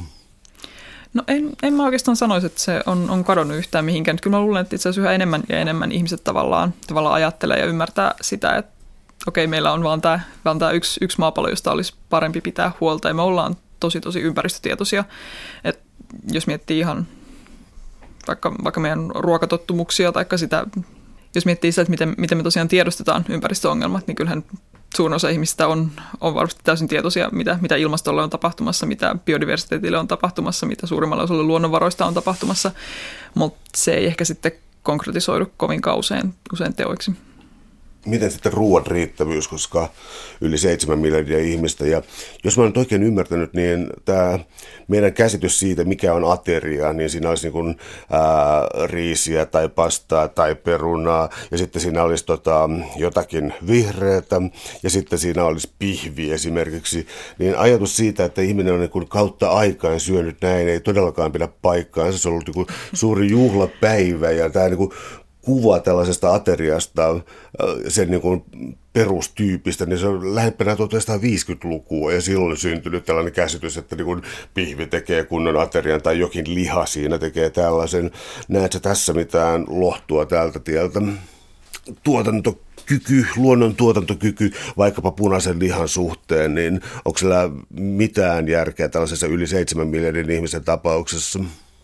No en, en mä oikeastaan sanoisi, että se on, on kadonnut yhtään mihinkään. Kyllä mä luulen, että itse asiassa yhä enemmän ja enemmän ihmiset tavallaan, tavallaan ajattelee ja ymmärtää sitä, että okei, meillä on vaan tämä, vaan tämä yksi, yksi maapallo, josta olisi parempi pitää huolta. Ja me ollaan tosi, tosi ympäristötietoisia. Että jos miettii ihan vaikka, vaikka meidän ruokatottumuksia tai sitä, jos miettii sitä, että miten, miten me tosiaan tiedostetaan ympäristöongelmat, niin kyllähän suurin osa ihmistä on, on varmasti täysin tietoisia, mitä, mitä ilmastolle on tapahtumassa, mitä biodiversiteetille on tapahtumassa, mitä suurimmalle osalle luonnonvaroista on tapahtumassa, mutta se ei ehkä sitten konkretisoidu kovinkaan usein, usein teoiksi. Miten sitten ruoan riittävyys, koska yli seitsemän miljardia ihmistä. Ja jos mä olen oikein ymmärtänyt, niin tämä meidän käsitys siitä, mikä on ateria, niin siinä olisi niin kuin, ää, riisiä tai pastaa tai perunaa. Ja sitten siinä olisi tota, jotakin vihreätä ja sitten siinä olisi pihvi esimerkiksi. Niin ajatus siitä, että ihminen on niin kuin kautta aikaan syönyt näin, ei todellakaan pidä paikkaansa. Se on ollut niin kuin suuri juhlapäivä ja tämä niin kuin kuva tällaisesta ateriasta, sen niin kuin perustyypistä, niin se on lähempänä tuhatyhdeksänsataaviisikymmentälukua ja silloin on syntynyt tällainen käsitys, että niin kuin pihvi tekee kunnon aterian tai jokin liha siinä tekee tällaisen. Näetkö tässä mitään lohtua tältä tieltä? Tuotantokyky, luonnon tuotantokyky vaikkapa punaisen lihan suhteen, niin onko siellä mitään järkeä tällaisessa yli seitsemän miljardin ihmisen tapauksessa?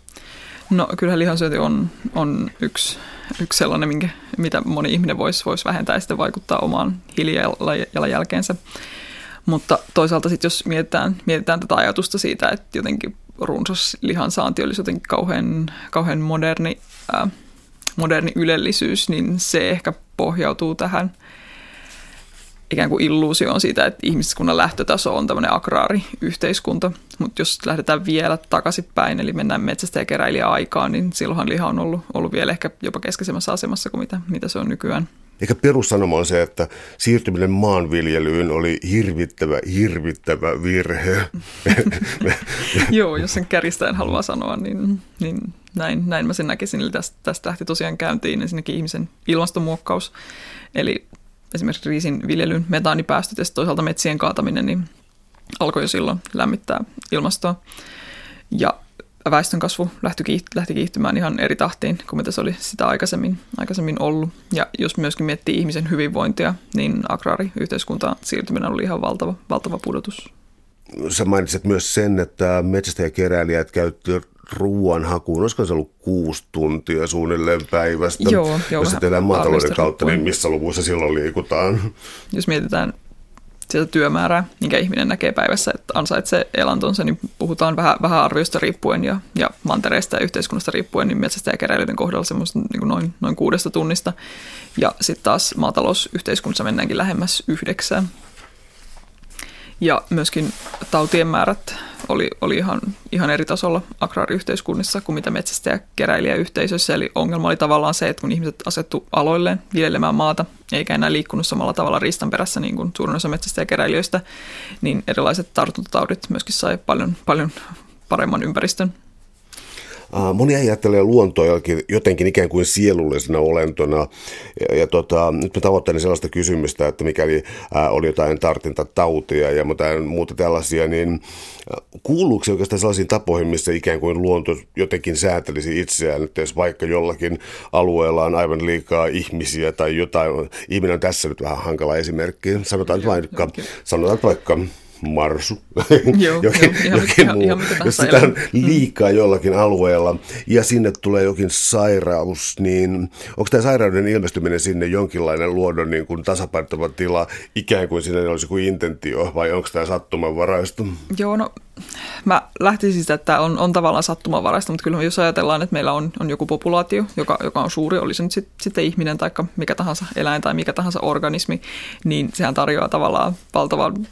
No kyllähän lihansyönti on, on yksi, yksi sellainen, minkä, mitä moni ihminen voisi vois vähentää ja sitten vaikuttaa omaan hiilijalanjälkeensä. Mutta toisaalta sitten jos mietitään, mietitään tätä ajatusta siitä, että jotenkin runsas lihansaanti olisi jotenkin kauhean, kauhean moderni, ää, moderni ylellisyys, niin se ehkä pohjautuu tähän ikään kuin illuusioon siitä, että ihmiskunnan lähtötaso on tämmöinen agraariyhteiskunta. Mutta jos lähdetään vielä takaisinpäin, eli mennään metsästä ja keräilijä-aikaan, niin silloinhan liha on ollut, ollut vielä ehkä jopa keskeisemmässä asemassa kuin mitä, mitä se on nykyään. Eikä perussanoma on se, että siirtyminen maanviljelyyn oli hirvittävä, hirvittävä virhe. Joo, jos sen kärjistäen haluaa sanoa, niin, niin näin, näin mä sen näkisin. Eli tästä, tästä lähti tosiaan käyntiin ensinnäkin ihmisen ilmastonmuokkaus, eli esimerkiksi riisin viljelyn metaanipäästöt ja toisaalta metsien kaataminen niin alkoi jo silloin lämmittää ilmastoa. Ja väestönkasvu lähti kiihtymään ihan eri tahtiin kuin mitä se oli sitä aikaisemmin, aikaisemmin ollut. Ja jos myöskin miettii ihmisen hyvinvointia, niin agraariyhteiskuntaan siirtyminen oli ihan valtava, valtava pudotus. Sä mainitsit myös sen, että metsästäjäkeräilijät käyttivät ruoan hakuun. Olisiko se ollut kuusi tuntia suunnilleen päivästä? Joo, joo. Jos se tehdään maatalouden kautta, niin missä luvuissa silloin liikutaan? Jos mietitään sitä työmäärää, minkä ihminen näkee päivässä, että ansaitsee elantonsa, niin puhutaan vähän, vähän arviosta riippuen ja, ja mantereista ja yhteiskunnasta riippuen, niin metsästäjäkeräilijöiden kohdalla semmoista niin noin, noin kuudesta tunnista. Ja sitten taas maatalousyhteiskunnassa mennäänkin lähemmäs yhdeksään. Ja myöskin tautien määrät oli, oli ihan, ihan eri tasolla agraariyhteiskunnissa kuin mitä metsästä- ja keräilijäyhteisöissä. Eli ongelma oli tavallaan se, että kun ihmiset asettu aloilleen viljelemään maata, eikä enää liikkunut samalla tavalla riistan perässä niin kuin suurin osa metsästä- ja keräilijöistä, niin erilaiset tartuntataudit myöskin sai paljon, paljon paremman ympäristön. Moni ajattelee luontoa jotenkin ikään kuin sielullisena olentona, ja, ja tota, nyt mä tavoittelen sellaista kysymystä, että mikäli ää, oli jotain tartuntatautia ja jotain muuta tällaisia, niin kuuluuko se oikeastaan sellaisiin tapoihin, missä ikään kuin luonto jotenkin säätelisi itseään, että jos vaikka jollakin alueella on aivan liikaa ihmisiä tai jotain, ihminen on tässä nyt vähän hankala esimerkki, sanotaan vaikka, sanotaan vaikka marsu, Joo, jokin, joo, ihan, jokin ihan, muu, ihan mitä jos tahansa sitä on eläin. liikaa jollakin alueella ja sinne tulee jokin sairaus, niin onko tämä sairauden ilmestyminen sinne jonkinlainen luonnon niin kuin tasapainottava tila, ikään kuin sinne olisi kuin intentio, vai onko tämä sattumanvaraista? Joo, no mä lähtisin sitä, että on, on tavallaan sattumanvaraista, mutta kyllä jos ajatellaan, että meillä on, on joku populaatio, joka, joka on suuri, oli se nyt sit, sitten ihminen tai mikä tahansa eläin tai mikä tahansa organismi, niin sehän tarjoaa tavallaan valtavan,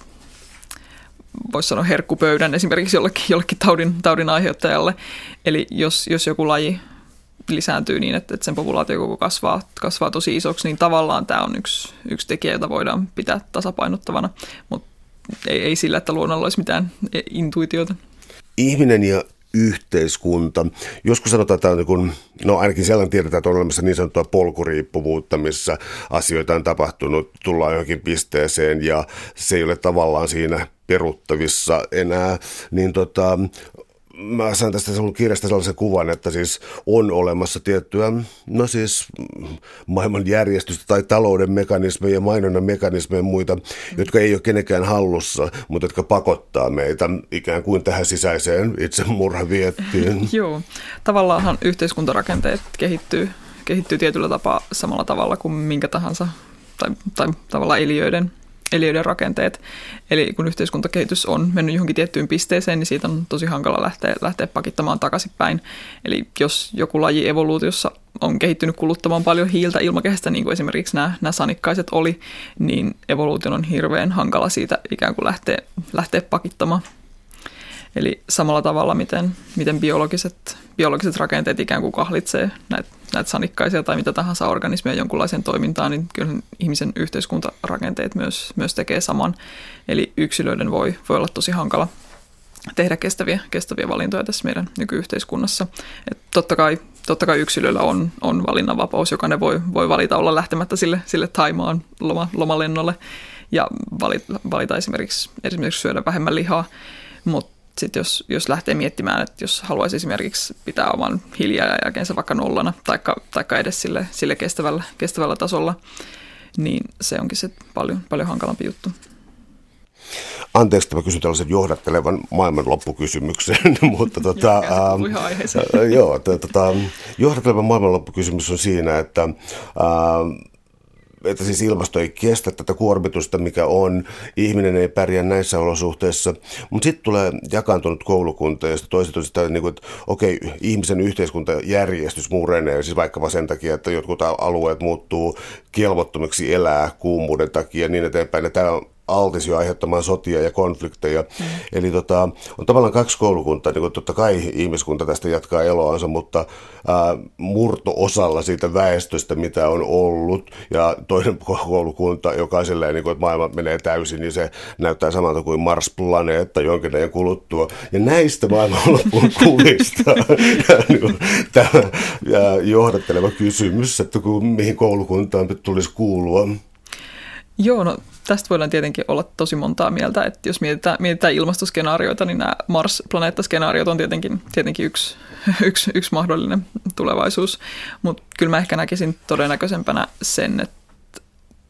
voisi sanoa herkkupöydän esimerkiksi jollekin, jollekin taudin, taudin aiheuttajalle. Eli jos, jos joku laji lisääntyy niin, että, että sen populaatio koko kasvaa, kasvaa tosi isoksi, niin tavallaan tämä on yksi, yksi tekijä, jota voidaan pitää tasapainottavana, mutta ei, ei sillä, että luonnolla olisi mitään intuitiota. Ihminen ja yhteiskunta. Joskus sanotaan, että on niin kuin, no ainakin sellainen tiedetään, että on olemassa niin sanottua polkuriippuvuutta, missä asioita on tapahtunut, tullaan johonkin pisteeseen ja se ei ole tavallaan siinä peruttavissa enää, niin tota, mä saan tästä sun kirjasta sellaisen kuvan, että siis on olemassa tiettyä, no siis maailmanjärjestystä tai talouden mekanismeja ja mainonnan mekanismeja ja muita, jotka ei ole kenenkään hallussa, mutta jotka pakottaa meitä ikään kuin tähän sisäiseen itsemurhaviettiin. Joo, tavallaanhan yhteiskuntarakenteet kehittyy, kehittyy tietyllä tapaa samalla tavalla kuin minkä tahansa, tai, tai tavallaan eliöiden eliöiden rakenteet. Eli kun yhteiskuntakehitys on mennyt johonkin tiettyyn pisteeseen, niin siitä on tosi hankala lähteä, lähteä pakittamaan takaisinpäin. Eli jos joku laji evoluutiossa on kehittynyt kuluttamaan paljon hiiltä ilmakehästä, niin kuin esimerkiksi nämä, nämä sanikkaiset oli, niin evoluution on hirveän hankala siitä ikään kuin lähteä, lähteä pakittamaan. Eli samalla tavalla, miten, miten biologiset, biologiset rakenteet ikään kuin kahlitsee näitä, näitä sanikkaisia tai mitä tahansa organismia jonkunlaiseen toimintaan, niin kyllä ihmisen yhteiskuntarakenteet myös, myös tekee saman. Eli yksilöiden voi, voi olla tosi hankala tehdä kestäviä, kestäviä valintoja tässä meidän nykyyhteiskunnassa. Et totta kai, totta kai yksilöillä on, on valinnanvapaus, jokainen voi, voi valita olla lähtemättä sille, sille Thaimaan loma, lomalennolle ja valita, valita esimerkiksi, esimerkiksi syödä vähemmän lihaa, mutta sitten jos, jos lähtee miettimään, että jos haluaisi esimerkiksi pitää oman hiilijalanjälkeensä vaikka nollana taikka edes sille, sille kestävällä, kestävällä tasolla, niin se onkin se paljon, paljon hankalampi juttu. Anteeksi, että mä kysyn tällaisen johdattelevan maailmanloppukysymyksen, mutta tota, ää, joo, tota, johdatteleva maailmanloppukysymys on siinä, että ää, että siis ilmasto ei kestä tätä kuormitusta, mikä on, ihminen ei pärjää näissä olosuhteissa, mutta sitten tulee jakaantunut koulukunta, josta toiset on sitä, niin kuin, että okei, ihmisen yhteiskuntajärjestys murenee, siis vaikkapa sen takia, että jotkut alueet muuttuu kelvottomiksi elää kuumuuden takia ja niin eteenpäin, ja tämä on altis jo aiheuttamaan sotia ja konflikteja. Mm. Eli tota, on tavallaan kaksi koulukuntaa, niin kuin totta kai ihmiskunta tästä jatkaa eloansa, mutta ää, murto-osalla siitä väestöstä, mitä on ollut, ja toinen koulukunta, joka on silleen, niin kuin, että maailma menee täysin, niin se näyttää samalta kuin Mars-planeetta jonkin ajan kuluttua. Ja näistä maailmanlopun kuvista tämä johdatteleva kysymys, että kun, mihin koulukuntaan tulisi kuulua. Joo, no tästä voidaan tietenkin olla tosi montaa mieltä, että jos mietitään, mietitään ilmastoskenaarioita, niin nämä Mars-planeettaskenaariot on tietenkin, tietenkin yksi, yksi, yksi mahdollinen tulevaisuus, mutta kyllä mä ehkä näkisin todennäköisempänä sen, että,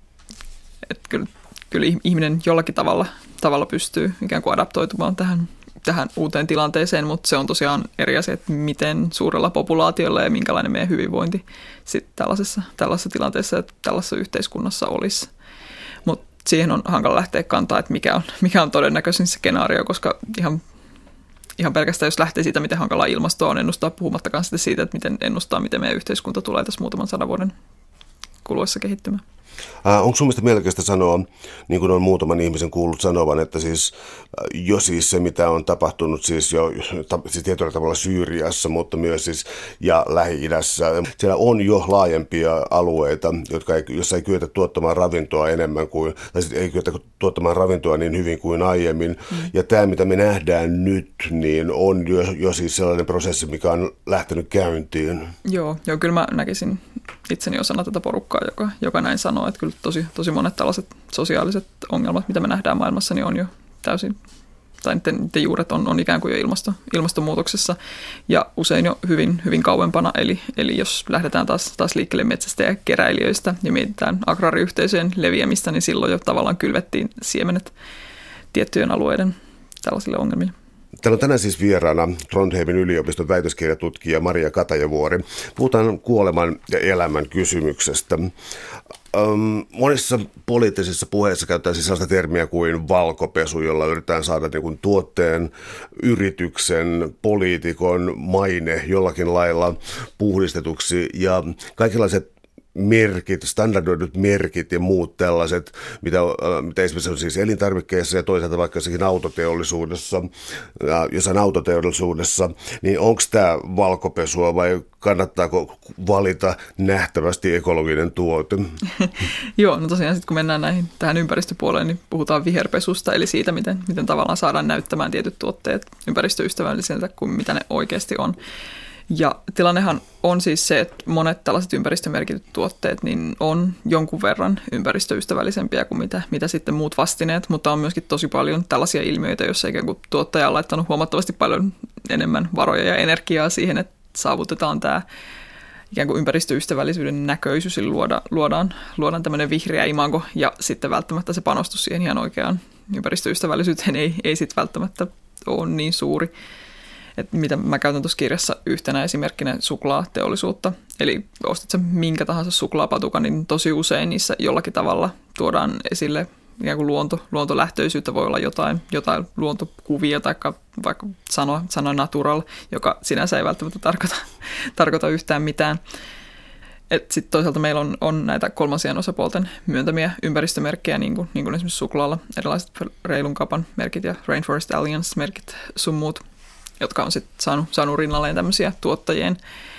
että kyllä, kyllä ihminen jollakin tavalla, tavalla pystyy ikään kuin adaptoitumaan tähän, tähän uuteen tilanteeseen, mutta se on tosiaan eri asia, että miten suurella populaatiolla ja minkälainen meidän hyvinvointi sitten tällaisessa, tällaisessa tilanteessa ja tällaisessa yhteiskunnassa olisi. Mutta siihen on hankala lähteä kantaa, että mikä on, mikä on todennäköisin skenaario, koska ihan, ihan pelkästään jos lähtee siitä, miten hankalaa ilmastoa on ennustaa, puhumattakaan sitten siitä, että miten ennustaa, miten meidän yhteiskunta tulee tässä muutaman sadan vuoden kuluessa kehittymään. Äh, onko sun mielestä mielekästä sanoa, niin kuin on muutaman ihmisen kuullut sanovan, että siis jo siis se, mitä on tapahtunut siis jo ta, siis tietyllä tavalla Syyriassa, mutta myös siis ja Lähi-idässä, siellä on jo laajempia alueita, jotka ei, jossa ei kyetä tuottamaan ravintoa enemmän kuin, tai siis ei kyetä tuottamaan ravintoa niin hyvin kuin aiemmin. Mm. Ja tämä, mitä me nähdään nyt, niin on jo, jo siis sellainen prosessi, mikä on lähtenyt käyntiin. Joo, joo kyllä mä näkisin itseni osana tätä porukkaa, joka, joka näin sanoo, että kyllä tosi, tosi monet tällaiset sosiaaliset ongelmat, mitä me nähdään maailmassa, niin on jo täysin, tai niiden, niiden juuret on, on ikään kuin jo ilmasto, ilmastonmuutoksessa ja usein jo hyvin, hyvin kauempana, eli, eli jos lähdetään taas, taas liikkeelle metsästä ja keräilijöistä ja mietitään agraariyhteisöjen leviämistä, niin silloin jo tavallaan kylvettiin siemenet tiettyjen alueiden tällaisille ongelmille. Täällä on tänään siis vieraana Trondheimin yliopiston väitöskirjatutkija Maria Katajavuori. Puhutaan kuoleman ja elämän kysymyksestä. Um, monissa poliittisissa puheissa käytetään siis sellaista termiä kuin valkopesu, jolla yritetään saada niin kuin tuotteen, yrityksen, poliitikon maine jollakin lailla puhdistetuksi, ja kaikenlaiset merkit, standardoidut merkit ja muut tällaiset, mitä, mitä esimerkiksi on siis elintarvikkeissa ja toisaalta vaikka jossakin autoteollisuudessa, jossain autoteollisuudessa, niin onko tämä valkopesua vai kannattaako valita nähtävästi ekologinen tuote? Joo, no tosiaan sitten kun mennään näihin, tähän ympäristöpuoleen, niin puhutaan viherpesusta, eli siitä, miten, miten tavallaan saadaan näyttämään tietyt tuotteet ympäristöystävällisiltä kuin mitä ne oikeasti on. Ja tilannehan on siis se, että monet tällaiset ympäristömerkityt tuotteet niin on jonkun verran ympäristöystävällisempiä kuin mitä, mitä sitten muut vastineet, mutta on myöskin tosi paljon tällaisia ilmiöitä, joissa ikään kuin tuottaja on laittanut huomattavasti paljon enemmän varoja ja energiaa siihen, että saavutetaan tämä ikään kuin ympäristöystävällisyyden näköisyys, eli luodaan, luodaan, luodaan tämmöinen vihreä imago, ja sitten välttämättä se panostus siihen ihan oikeaan ympäristöystävällisyyteen ei, ei sitten välttämättä ole niin suuri. Että mitä mä käytän tuossa kirjassa yhtenä esimerkkinä suklaateollisuutta. Eli ostat sä minkä tahansa suklaapatukan, niin tosi usein niissä jollakin tavalla tuodaan esille ikään kuin luonto, luontolähtöisyyttä. Voi olla jotain, jotain luontokuvia tai vaikka sana, sana natural, joka sinänsä ei välttämättä tarkoita, tarkoita yhtään mitään. Sitten toisaalta meillä on, on näitä kolmansien osapuolten myöntämiä ympäristömerkkejä, niin kuin, niin kuin esimerkiksi suklaalla, erilaiset reilun kaupan merkit ja Rainforest Alliance-merkit sun muut, jotka on sitten saanut, saanut rinnalleen tämmöisiä tuottajien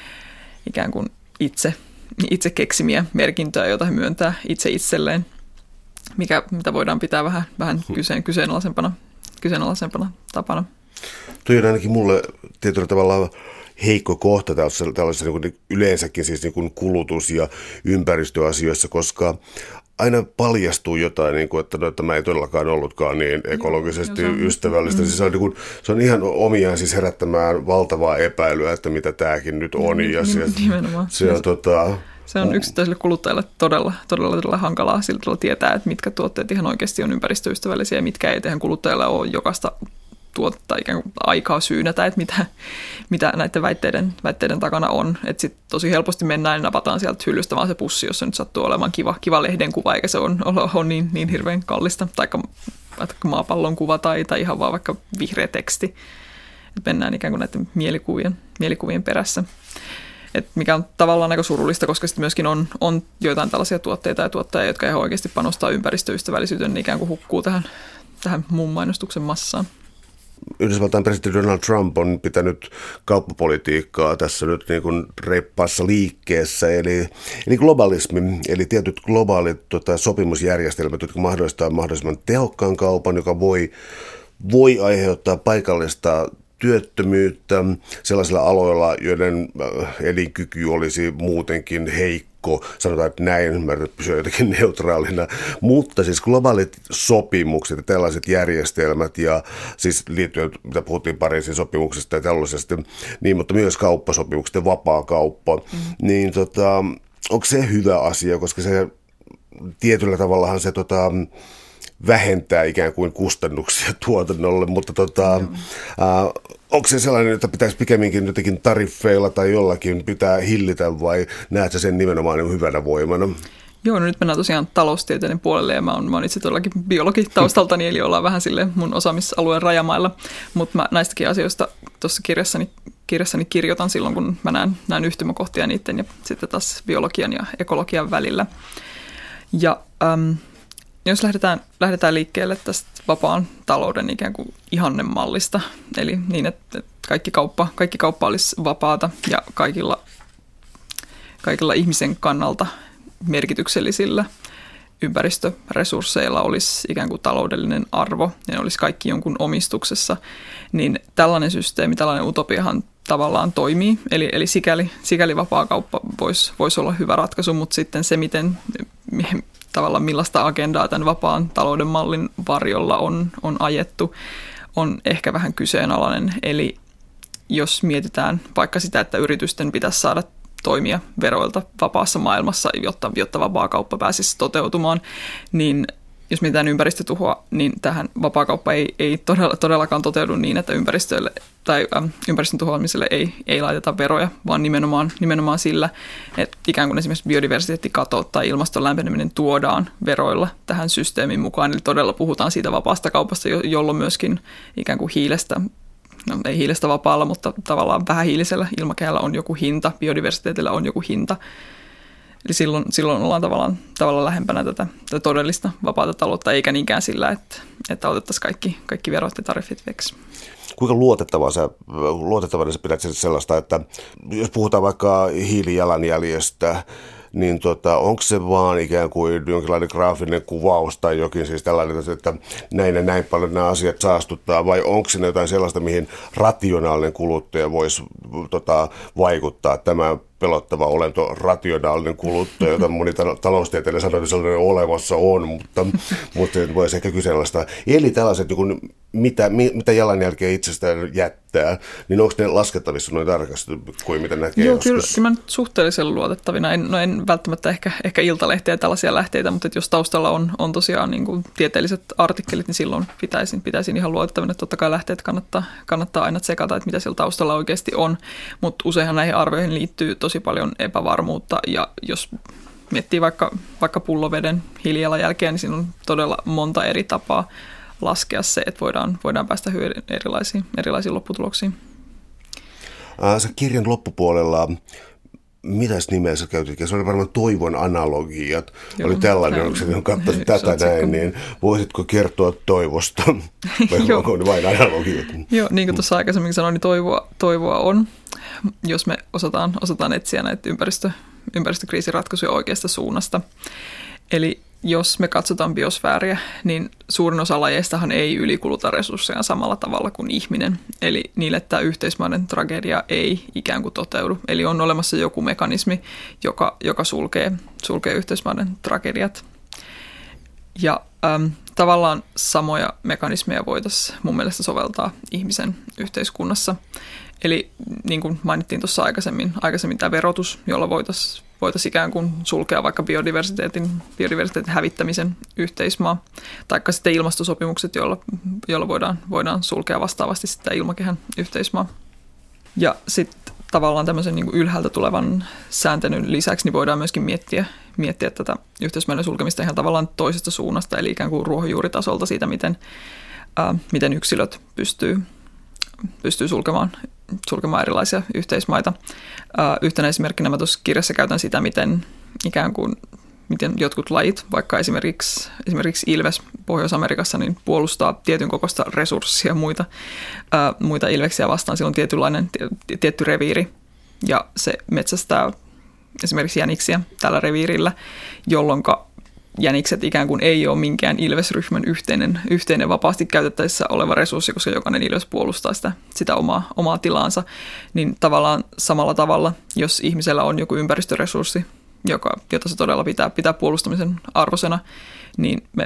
ikään kuin itse, itse keksimiä merkintöjä, joita he myöntää itse itselleen, mikä, mitä voidaan pitää vähän, vähän kyseen, kyseenalaisempana, kyseenalaisempana tapana. Tuo on ainakin mulle tietyllä tavalla heikko kohta tällaisessa niin kuin yleensäkin siis niin kuin kulutus- ja ympäristöasioissa, koska aina paljastuu jotain, niin kuin, että no, tämä ei todellakaan ollutkaan niin ekologisesti joo, ystävällistä. Mm. Siis se, on, niin kuin, se on ihan omiaan siis herättämään valtavaa epäilyä, että mitä tämäkin nyt on. Niin, ja se, nimenomaan. Se on, tota, se on yksittäisille kuluttajille todella, todella, todella hankalaa sillä tavalla tietää, että mitkä tuotteet ihan oikeasti on ympäristöystävällisiä ja mitkä ei tehdä kuluttajilla ole jokaista tuottaa ikään kuin aikaa syynätä, että mitä, mitä näiden väitteiden, väitteiden takana on. Että sitten tosi helposti mennään ja napataan sieltä hyllystä vaan se pussi, jos se nyt sattuu olemaan kiva, kiva lehdenkuva, eikä se ole, ole, ole niin, niin hirveän kallista. Tai maapallon kuva tai, tai ihan vaan vaikka vihreä teksti. Et mennään ikään kuin näiden mielikuvien, mielikuvien perässä. Et mikä on tavallaan aika surullista, koska sitten myöskin on, on joitain tällaisia tuotteita ja tuottajia, jotka ihan oikeasti panostaa ympäristöystävällisyyteen, niin ikään kuin hukkuu tähän, tähän muun mainostuksen massaan. Yhdysvaltain presidentti Donald Trump on pitänyt kauppapolitiikkaa tässä nyt niin kuin reippaassa liikkeessä, eli, eli globalismi, eli tietyt globaalit tota, sopimusjärjestelmät, jotka mahdollistaa mahdollisimman tehokkaan kaupan, joka voi, voi aiheuttaa paikallista työttömyyttä sellaisilla aloilla, joiden elinkyky olisi muutenkin heikko. Sanotaan, että näin, mä yritän pysyä jotenkin neutraalina, mutta siis globaalit sopimukset ja tällaiset järjestelmät ja siis liittyen, mitä puhuttiin Pariisin sopimuksesta ja tällaisesta, niin, mutta myös kauppasopimukset ja vapaa kauppa, mm-hmm. niin tota, onko se hyvä asia, koska se tietyllä tavallahan se tota, vähentää ikään kuin kustannuksia tuotannolle, mutta tota, mm. äh, onko se sellainen, että pitäisi pikemminkin jotenkin tariffeilla tai jollakin pitää hillitä vai näet sä sen nimenomaan hyvänä voimana? Joo, no nyt mennään tosiaan taloustieteiden puolelle ja mä oon, mä oon itse todellakin biologi taustaltani, eli ollaan vähän silleen mun osaamisalueen rajamailla, mutta mä näistäkin asioista tuossa kirjassani, kirjassani kirjoitan silloin, kun mä näen, näen yhtymäkohtia niiden ja sitten taas biologian ja ekologian välillä. Ja äm, jos lähdetään, lähdetään liikkeelle tästä vapaan talouden ikään kuin ihannemallista, eli niin, että kaikki kauppa, kaikki kauppa olisi vapaata ja kaikilla, kaikilla ihmisen kannalta merkityksellisillä ympäristöresursseilla olisi ikään kuin taloudellinen arvo, ja ne olisi kaikki jonkun omistuksessa, niin tällainen systeemi, tällainen utopiahan tavallaan toimii, eli, eli sikäli, sikäli vapaa kauppa voisi vois olla hyvä ratkaisu, mutta sitten se, miten tavallaan millaista agendaa tämän vapaan talouden mallin varjolla on, on ajettu, on ehkä vähän kyseenalainen. Eli jos mietitään vaikka sitä, että yritysten pitäisi saada toimia veroilta vapaassa maailmassa, jotta, jotta vapaa kauppa pääsisi toteutumaan, niin jos mietitään ympäristötuhoa, niin tähän vapaakauppa ei, ei todella, todellakaan toteudu niin, että ympäristölle tai äh, ympäristön tuhoamiselle ei, ei laiteta veroja, vaan nimenomaan, nimenomaan sillä, että ikään kuin esimerkiksi biodiversiteettikato tai ilmaston lämpeneminen tuodaan veroilla tähän systeemin mukaan. Eli todella puhutaan siitä vapaasta kaupasta, jolloin myöskin ikään kuin hiilestä, no ei hiilestä vapaalla, mutta tavallaan vähähiilisellä ilmakehällä on joku hinta, biodiversiteetillä on joku hinta. Eli silloin, silloin ollaan tavallaan, tavallaan lähempänä tätä, tätä todellista vapaata taloutta, eikä niinkään sillä, että, että otettaisiin kaikki, kaikki verot ja tariffit veksi. Kuinka luotettavaa sä, luotettavana sä pidät sellaista, että jos puhutaan vaikka hiilijalanjäljestä, niin tota, onko se vaan ikään kuin jonkinlainen graafinen kuvaus tai jokin siis tällainen, että näin ja näin paljon nämä asiat saastuttaa, vai onko se jotain sellaista, mihin rationaalinen kuluttaja voisi tota, vaikuttaa? Tämä pelottava olento, rationaalinen kuluttaja, jota moni taloustieteilijä sanoo, että sellainen olemassa on, mutta, mutta voisi ehkä kyseenalaistaa. Eli tällaiset, niin mitä, mitä jalanjälkeä itsestään jättää, niin onko ne laskettavissa noin tarkasti kuin mitä näkee Joo, joskus? Kyllä, kyllä mä nyt suhteellisen luotettavina. En, no en välttämättä ehkä, ehkä iltalehtiä ja tällaisia lähteitä, mutta jos taustalla on, on tosiaan niin kuin tieteelliset artikkelit, niin silloin pitäisin, pitäisin ihan luotettavina. Totta kai lähteet kannattaa, kannattaa aina tsekata, että mitä siellä taustalla oikeasti on, mutta useinhan näihin arvioihin liittyy tosi paljon epävarmuutta, ja jos miettii vaikka, vaikka pulloveden hiilijalanjälkeä, niin siinä on todella monta eri tapaa laskea se, että voidaan, voidaan päästä hyödyn erilaisiin, erilaisiin lopputuloksiin. Ää, sä kirjan loppupuolella, mitäs nimeä sä käytit? Se oli varmaan toivon analogiat. Joo, oli tällainen, onko se, kun katsoit tätä näin, niin voisitko kertoa toivosta? Vai onko ne vain analogiat? Joo, niin kuin tuossa aikaisemmin sanoin, niin toivoa, toivoa on, jos me osataan, osataan etsiä näitä ympäristö, ympäristökriisiratkaisuja oikeasta suunnasta. Eli jos me katsotaan biosfääriä, niin suurin osa lajeistahan ei ylikuluta resursseja samalla tavalla kuin ihminen. Eli niille tämä yhteismaiden tragedia ei ikään kuin toteudu. Eli on olemassa joku mekanismi, joka, joka sulkee, sulkee yhteismaiden tragediat. Ja äm, tavallaan samoja mekanismeja voitaisiin mun mielestä soveltaa ihmisen yhteiskunnassa. Eli niin kuin mainittiin tuossa aikaisemmin, aikaisemmin tämä verotus, jolla voitaisiin voitaisiin ikään kuin sulkea vaikka biodiversiteetin, biodiversiteetin hävittämisen yhteismaa, taikka sitten ilmastosopimukset, joilla, joilla voidaan, voidaan sulkea vastaavasti sitä ilmakehän yhteismaa. Ja sitten tavallaan tämmöisen niin kuin ylhäältä tulevan sääntelyn lisäksi niin voidaan myöskin miettiä, miettiä tätä yhteismaiden sulkemista ihan tavallaan toisesta suunnasta, eli ikään kuin ruohonjuuritasolta siitä, miten, ää, miten yksilöt pystyy, pystyy sulkemaan sulkemaan erilaisia yhteismaita. Yhtenä esimerkkinä mä tuossa kirjassa käytän sitä, miten ikään kuin miten jotkut lajit, vaikka esimerkiksi, esimerkiksi ilves Pohjois-Amerikassa, niin puolustaa tietyn kokoista resurssia muita, ää, muita ilveksiä vastaan. Sillä on tietynlainen tietty reviiri, ja se metsästää esimerkiksi jäniksiä tällä reviirillä, jolloin jänikset ikään kuin ei ole minkään ilvesryhmän yhteinen, yhteinen vapaasti käytettävissä oleva resurssi, koska jokainen ilves puolustaa sitä, sitä omaa, omaa tilaansa. Niin tavallaan samalla tavalla, jos ihmisellä on joku ympäristöresurssi, joka, jota se todella pitää, pitää puolustamisen arvoisena, niin me,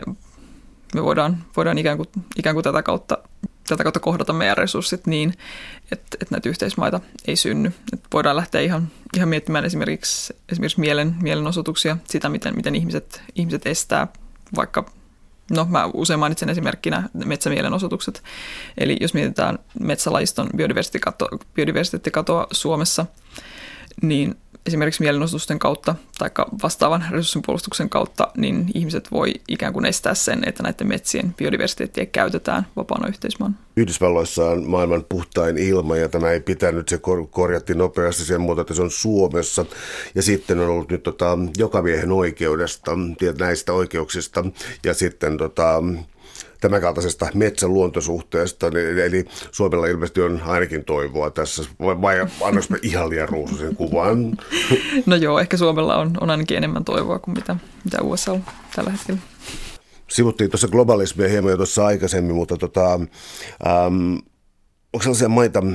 me voidaan, voidaan ikään kuin, ikään kuin tätä, kautta, tätä kautta kohdata meidän resurssit niin, että, että näitä yhteismaita ei synny. Että voidaan lähteä ihan, ihan miettimään esimerkiksi, esimerkiksi mielen, mielenosoituksia, sitä, miten, miten ihmiset, ihmiset estää vaikka, no mä usein mainitsen esimerkkinä metsämielenosoitukset. Eli jos mietitään metsälajiston biodiversiteettikatoa, biodiversiteettikatoa Suomessa, niin esimerkiksi mielenosoitusten kautta tai vastaavan resurssinpuolustuksen kautta, niin ihmiset voi ikään kuin estää sen, että näiden metsien biodiversiteettiä käytetään vapaana yhteismaan. Yhdysvalloissa on maailman puhtain ilma, ja tämä ei pitänyt, se kor- korjattiin nopeasti sen muuta, että se on Suomessa. Ja sitten on ollut nyt tota, jokamiehen oikeudesta, näistä oikeuksista, ja sitten tota, tämän kaltaisesta metsän luontosuhteesta, eli Suomella ilmeisesti on ainakin toivoa tässä, vai annaanko me ihan liian ruusuisen kuvan? No joo, ehkä Suomella on, on ainakin enemmän toivoa kuin mitä, mitä U S A on tällä hetkellä. Sivuttiin tuossa globalismia hieman jo tuossa aikaisemmin, mutta tota, ähm, onko sellaisia maita,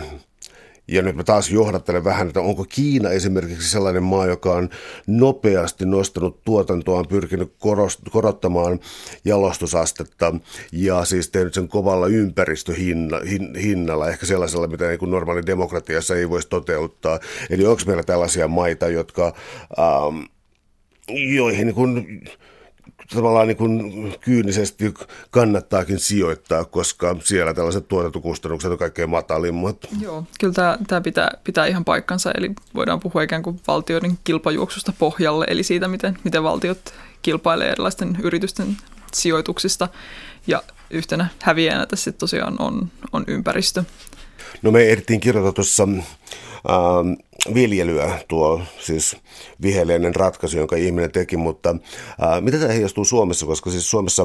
ja nyt mä taas johdattelen vähän, että onko Kiina esimerkiksi sellainen maa, joka on nopeasti nostanut tuotantoaan, pyrkinyt korottamaan jalostusastetta ja siis tehnyt sen kovalla ympäristöhinnalla, ehkä sellaisella, mitä niin kuin normaali demokratiassa ei voisi toteuttaa. Eli onko meillä tällaisia maita, jotka, ähm, joihin niin kuin tavallaan niin kuin kyynisesti kannattaakin sijoittaa, koska siellä tällaiset tuotantokustannukset on kaikkein matalimmat. Joo, kyllä tämä, tämä pitää, pitää ihan paikkansa, eli voidaan puhua ikään kuin valtioiden kilpajuoksusta pohjalle, eli siitä, miten, miten valtiot kilpailee erilaisten yritysten sijoituksista, ja yhtenä häviäjänä tässä tosiaan on, on ympäristö. No me ehdittiin kirjoittaa tuossa äh, viljelyä, tuo siis viheliäinen ratkaisu, jonka ihminen teki, mutta äh, mitä tämä heijastuu Suomessa, koska siis Suomessa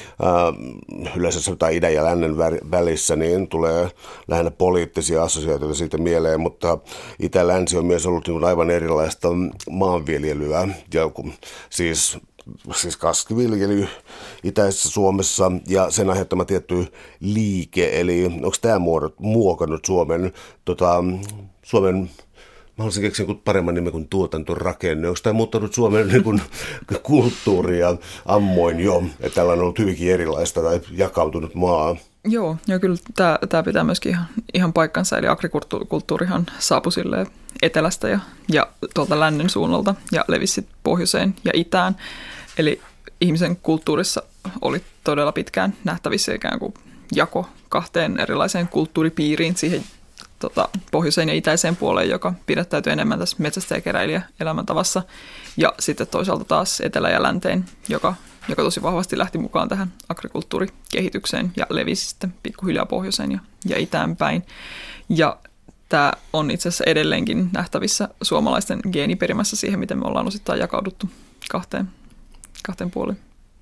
äh, yleensä tai idän ja lännen välissä niin tulee lähinnä poliittisia assosiaatioita siitä mieleen, mutta itä-länsi on myös ollut niin aivan erilaista maanviljelyä, ja siis siis kasviviljely itäisessä Suomessa ja sen aiheuttama tietty liike, eli onko tämä muokannut Suomen, tota, Suomen mä haluaisin keksiä paremman nimen kuin tuotantorakenne. Onko tämä muuttanut Suomen niin kuin, kulttuuria ammoin jo, että tällä on ollut hyvinkin erilaista tai jakautunut maa? Joo, ja kyllä tämä, tämä pitää myöskin ihan, ihan paikkansa, eli agrikulttuurihan saapui silleen etelästä ja, ja tuolta lännen suunnalta ja levisi sitten pohjoiseen ja itään. Eli ihmisen kulttuurissa oli todella pitkään nähtävissä ikään kuin jako kahteen erilaiseen kulttuuripiiriin, siihen tota, pohjoiseen ja itäiseen puoleen, joka pidättäytyi enemmän tässä metsästä- ja keräilijä-elämäntavassa, ja sitten toisaalta taas etelä- ja länteen, joka, joka tosi vahvasti lähti mukaan tähän agrikulttuurikehitykseen ja levisi sitten pikkuhiljaa pohjoiseen ja, ja itään päin. Ja tämä on itse asiassa edelleenkin nähtävissä suomalaisten geeniperimässä siihen, miten me ollaan osittain jakauduttu kahteen, kahteen puoliin.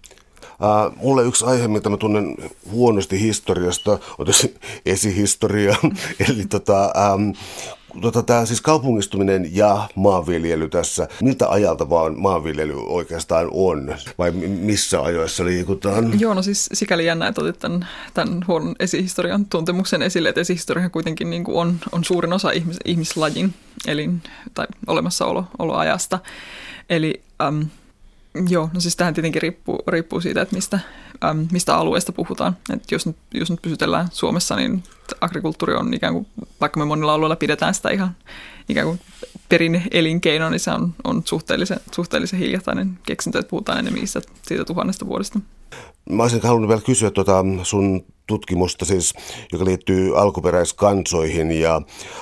Uh, mulle yksi aihe, mitä mä tunnen huonosti historiasta, on tässä esihistoria, eli tota, um, tota, tämä siis kaupungistuminen ja maanviljely tässä. Miltä ajalta vaan maanviljely oikeastaan on, vai missä ajoissa liikutaan? Joo, no siis sikäli jännä, että otit tämän, tämän huonon esihistorian tuntemuksen esille, että esihistoriahan kuitenkin niin kuin on, on suurin osa ihmis, ihmislajin elin- tai olemassaoloajasta. Eli Um, Joo, no siis tähän tietenkin riippuu, riippuu siitä, että mistä, äm, mistä alueesta puhutaan. Et jos, nyt, jos nyt pysytellään Suomessa, niin agrikulttuuri on ikään kuin, vaikka me monilla alueilla pidetään sitä ihan ikään kuin perinne-elinkeino, niin se on, on suhteellisen, suhteellisen hiljatainen keksintö, että puhutaan enemmän siitä tuhannesta vuodesta. Mä olisin halunnut vielä kysyä tuota sun tutkimusta, siis, joka liittyy alkuperäiskansoihin ja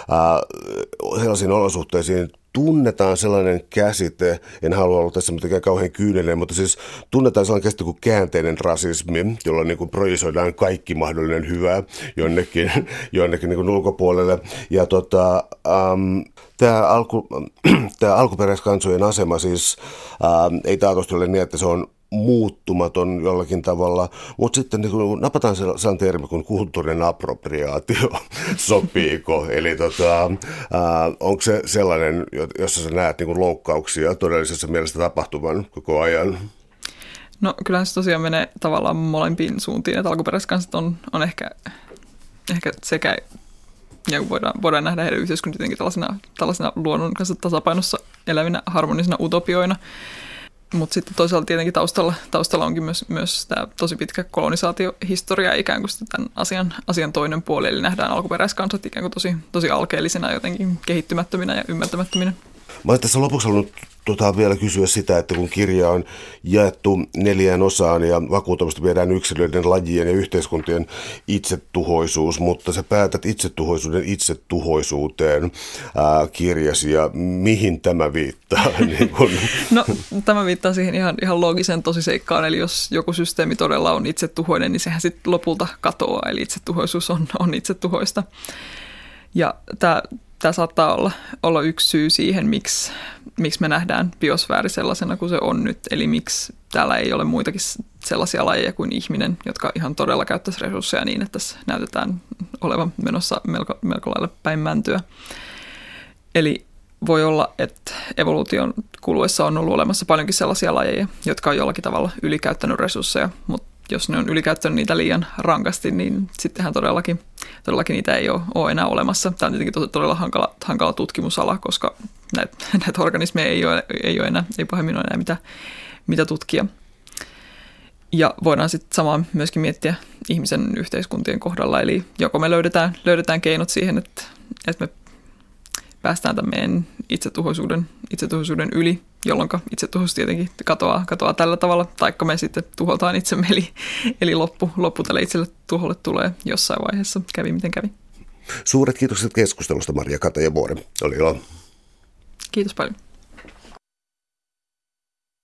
äh, sellaisiin olosuhteisiin. Tunnetaan sellainen käsite, en halua olla tässä mitenkään kauhean kyyninen, mutta siis tunnetaan sellainen käsite kuin käänteinen rasismi, jolla niin kuin projisoidaan kaikki mahdollinen hyvä jonnekin, jonnekin niin kuin ulkopuolelle. Ja tota, ähm, tämä, alku, tämä alkuperäiskansojen asema siis ähm, ei taatusti ole niin, että se on muuttumaton jollakin tavalla, mutta sitten niin kun napataan sellainen termi kuin kulttuurinen appropriaatio, sopiiko? Eli tota, ää, onko se sellainen, jossa sä näet niin kun loukkauksia todellisessa mielessä tapahtuvan koko ajan? No kyllähän se tosiaan menee tavallaan molempiin suuntiin, että alkuperäiskansat on, on ehkä, ehkä sekä, ja voidaan, voidaan nähdä heidän yhteiskunnan jotenkin tällaisena, tällaisena luonnon kanssa tasapainossa elävinä harmonisina utopioina. Mutta sitten toisaalta tietenkin taustalla, taustalla onkin myös, myös tämä tosi pitkä kolonisaatiohistoria, ikään kuin tämän asian, asian toinen puoli, eli nähdään alkuperäiskansat ikään kuin tosi, tosi alkeellisina, jotenkin kehittymättöminä ja ymmärtämättöminä. Mä olen tässä lopuksi halunnut tota, vielä kysyä sitä, että kun kirja on jaettu neljään osaan ja vakuutumasta viedään yksilöiden, lajien ja yhteiskuntien itsetuhoisuus, mutta sä päätät itsetuhoisuuden itsetuhoisuuteen ää, kirjasi ja mihin tämä viittaa? niin kun... No tämä viittaa siihen ihan, ihan loogiseen tosiseikkaan, eli jos joku systeemi todella on itsetuhoinen, niin sehän sitten lopulta katoaa, eli itsetuhoisuus on, on itsetuhoista. Ja tämä... Tämä saattaa olla, olla yksi syy siihen, miksi, miksi me nähdään biosfääri sellaisena kuin se on nyt. Eli miksi täällä ei ole muitakin sellaisia lajeja kuin ihminen, jotka ihan todella käyttäisi resursseja niin, että tässä näytetään olevan menossa melko, melko lailla päin mäntyä. Eli voi olla, että evoluution kuluessa on ollut olemassa paljonkin sellaisia lajeja, jotka on jollakin tavalla ylikäyttänyt resursseja, mutta jos ne on ylikäyttänyt niitä liian rankasti, niin sittenhän todellakin, todellakin niitä ei ole, ole enää olemassa. Tämä on tietenkin todella hankala, hankala tutkimusala, koska näitä, näitä organismeja ei ole, ei ole enää, ei pahemmin ole enää mitä, mitä tutkia. Ja voidaan sitten samaan myöskin miettiä ihmisen yhteiskuntien kohdalla, eli joko me löydetään, löydetään keinot siihen, että, että me päästään tämän meidän itsetuhoisuuden, itsetuhoisuuden yli, jolloin itsetuhoisuus tietenkin katoaa, katoaa tällä tavalla, taikka me sitten tuhotaan itsemme, eli, eli loppu, loppu tälle itselle tuholle tulee jossain vaiheessa, kävi miten kävi. Suuret kiitokset keskustelusta, Maria Katajavuori. Oli ilo. Kiitos paljon.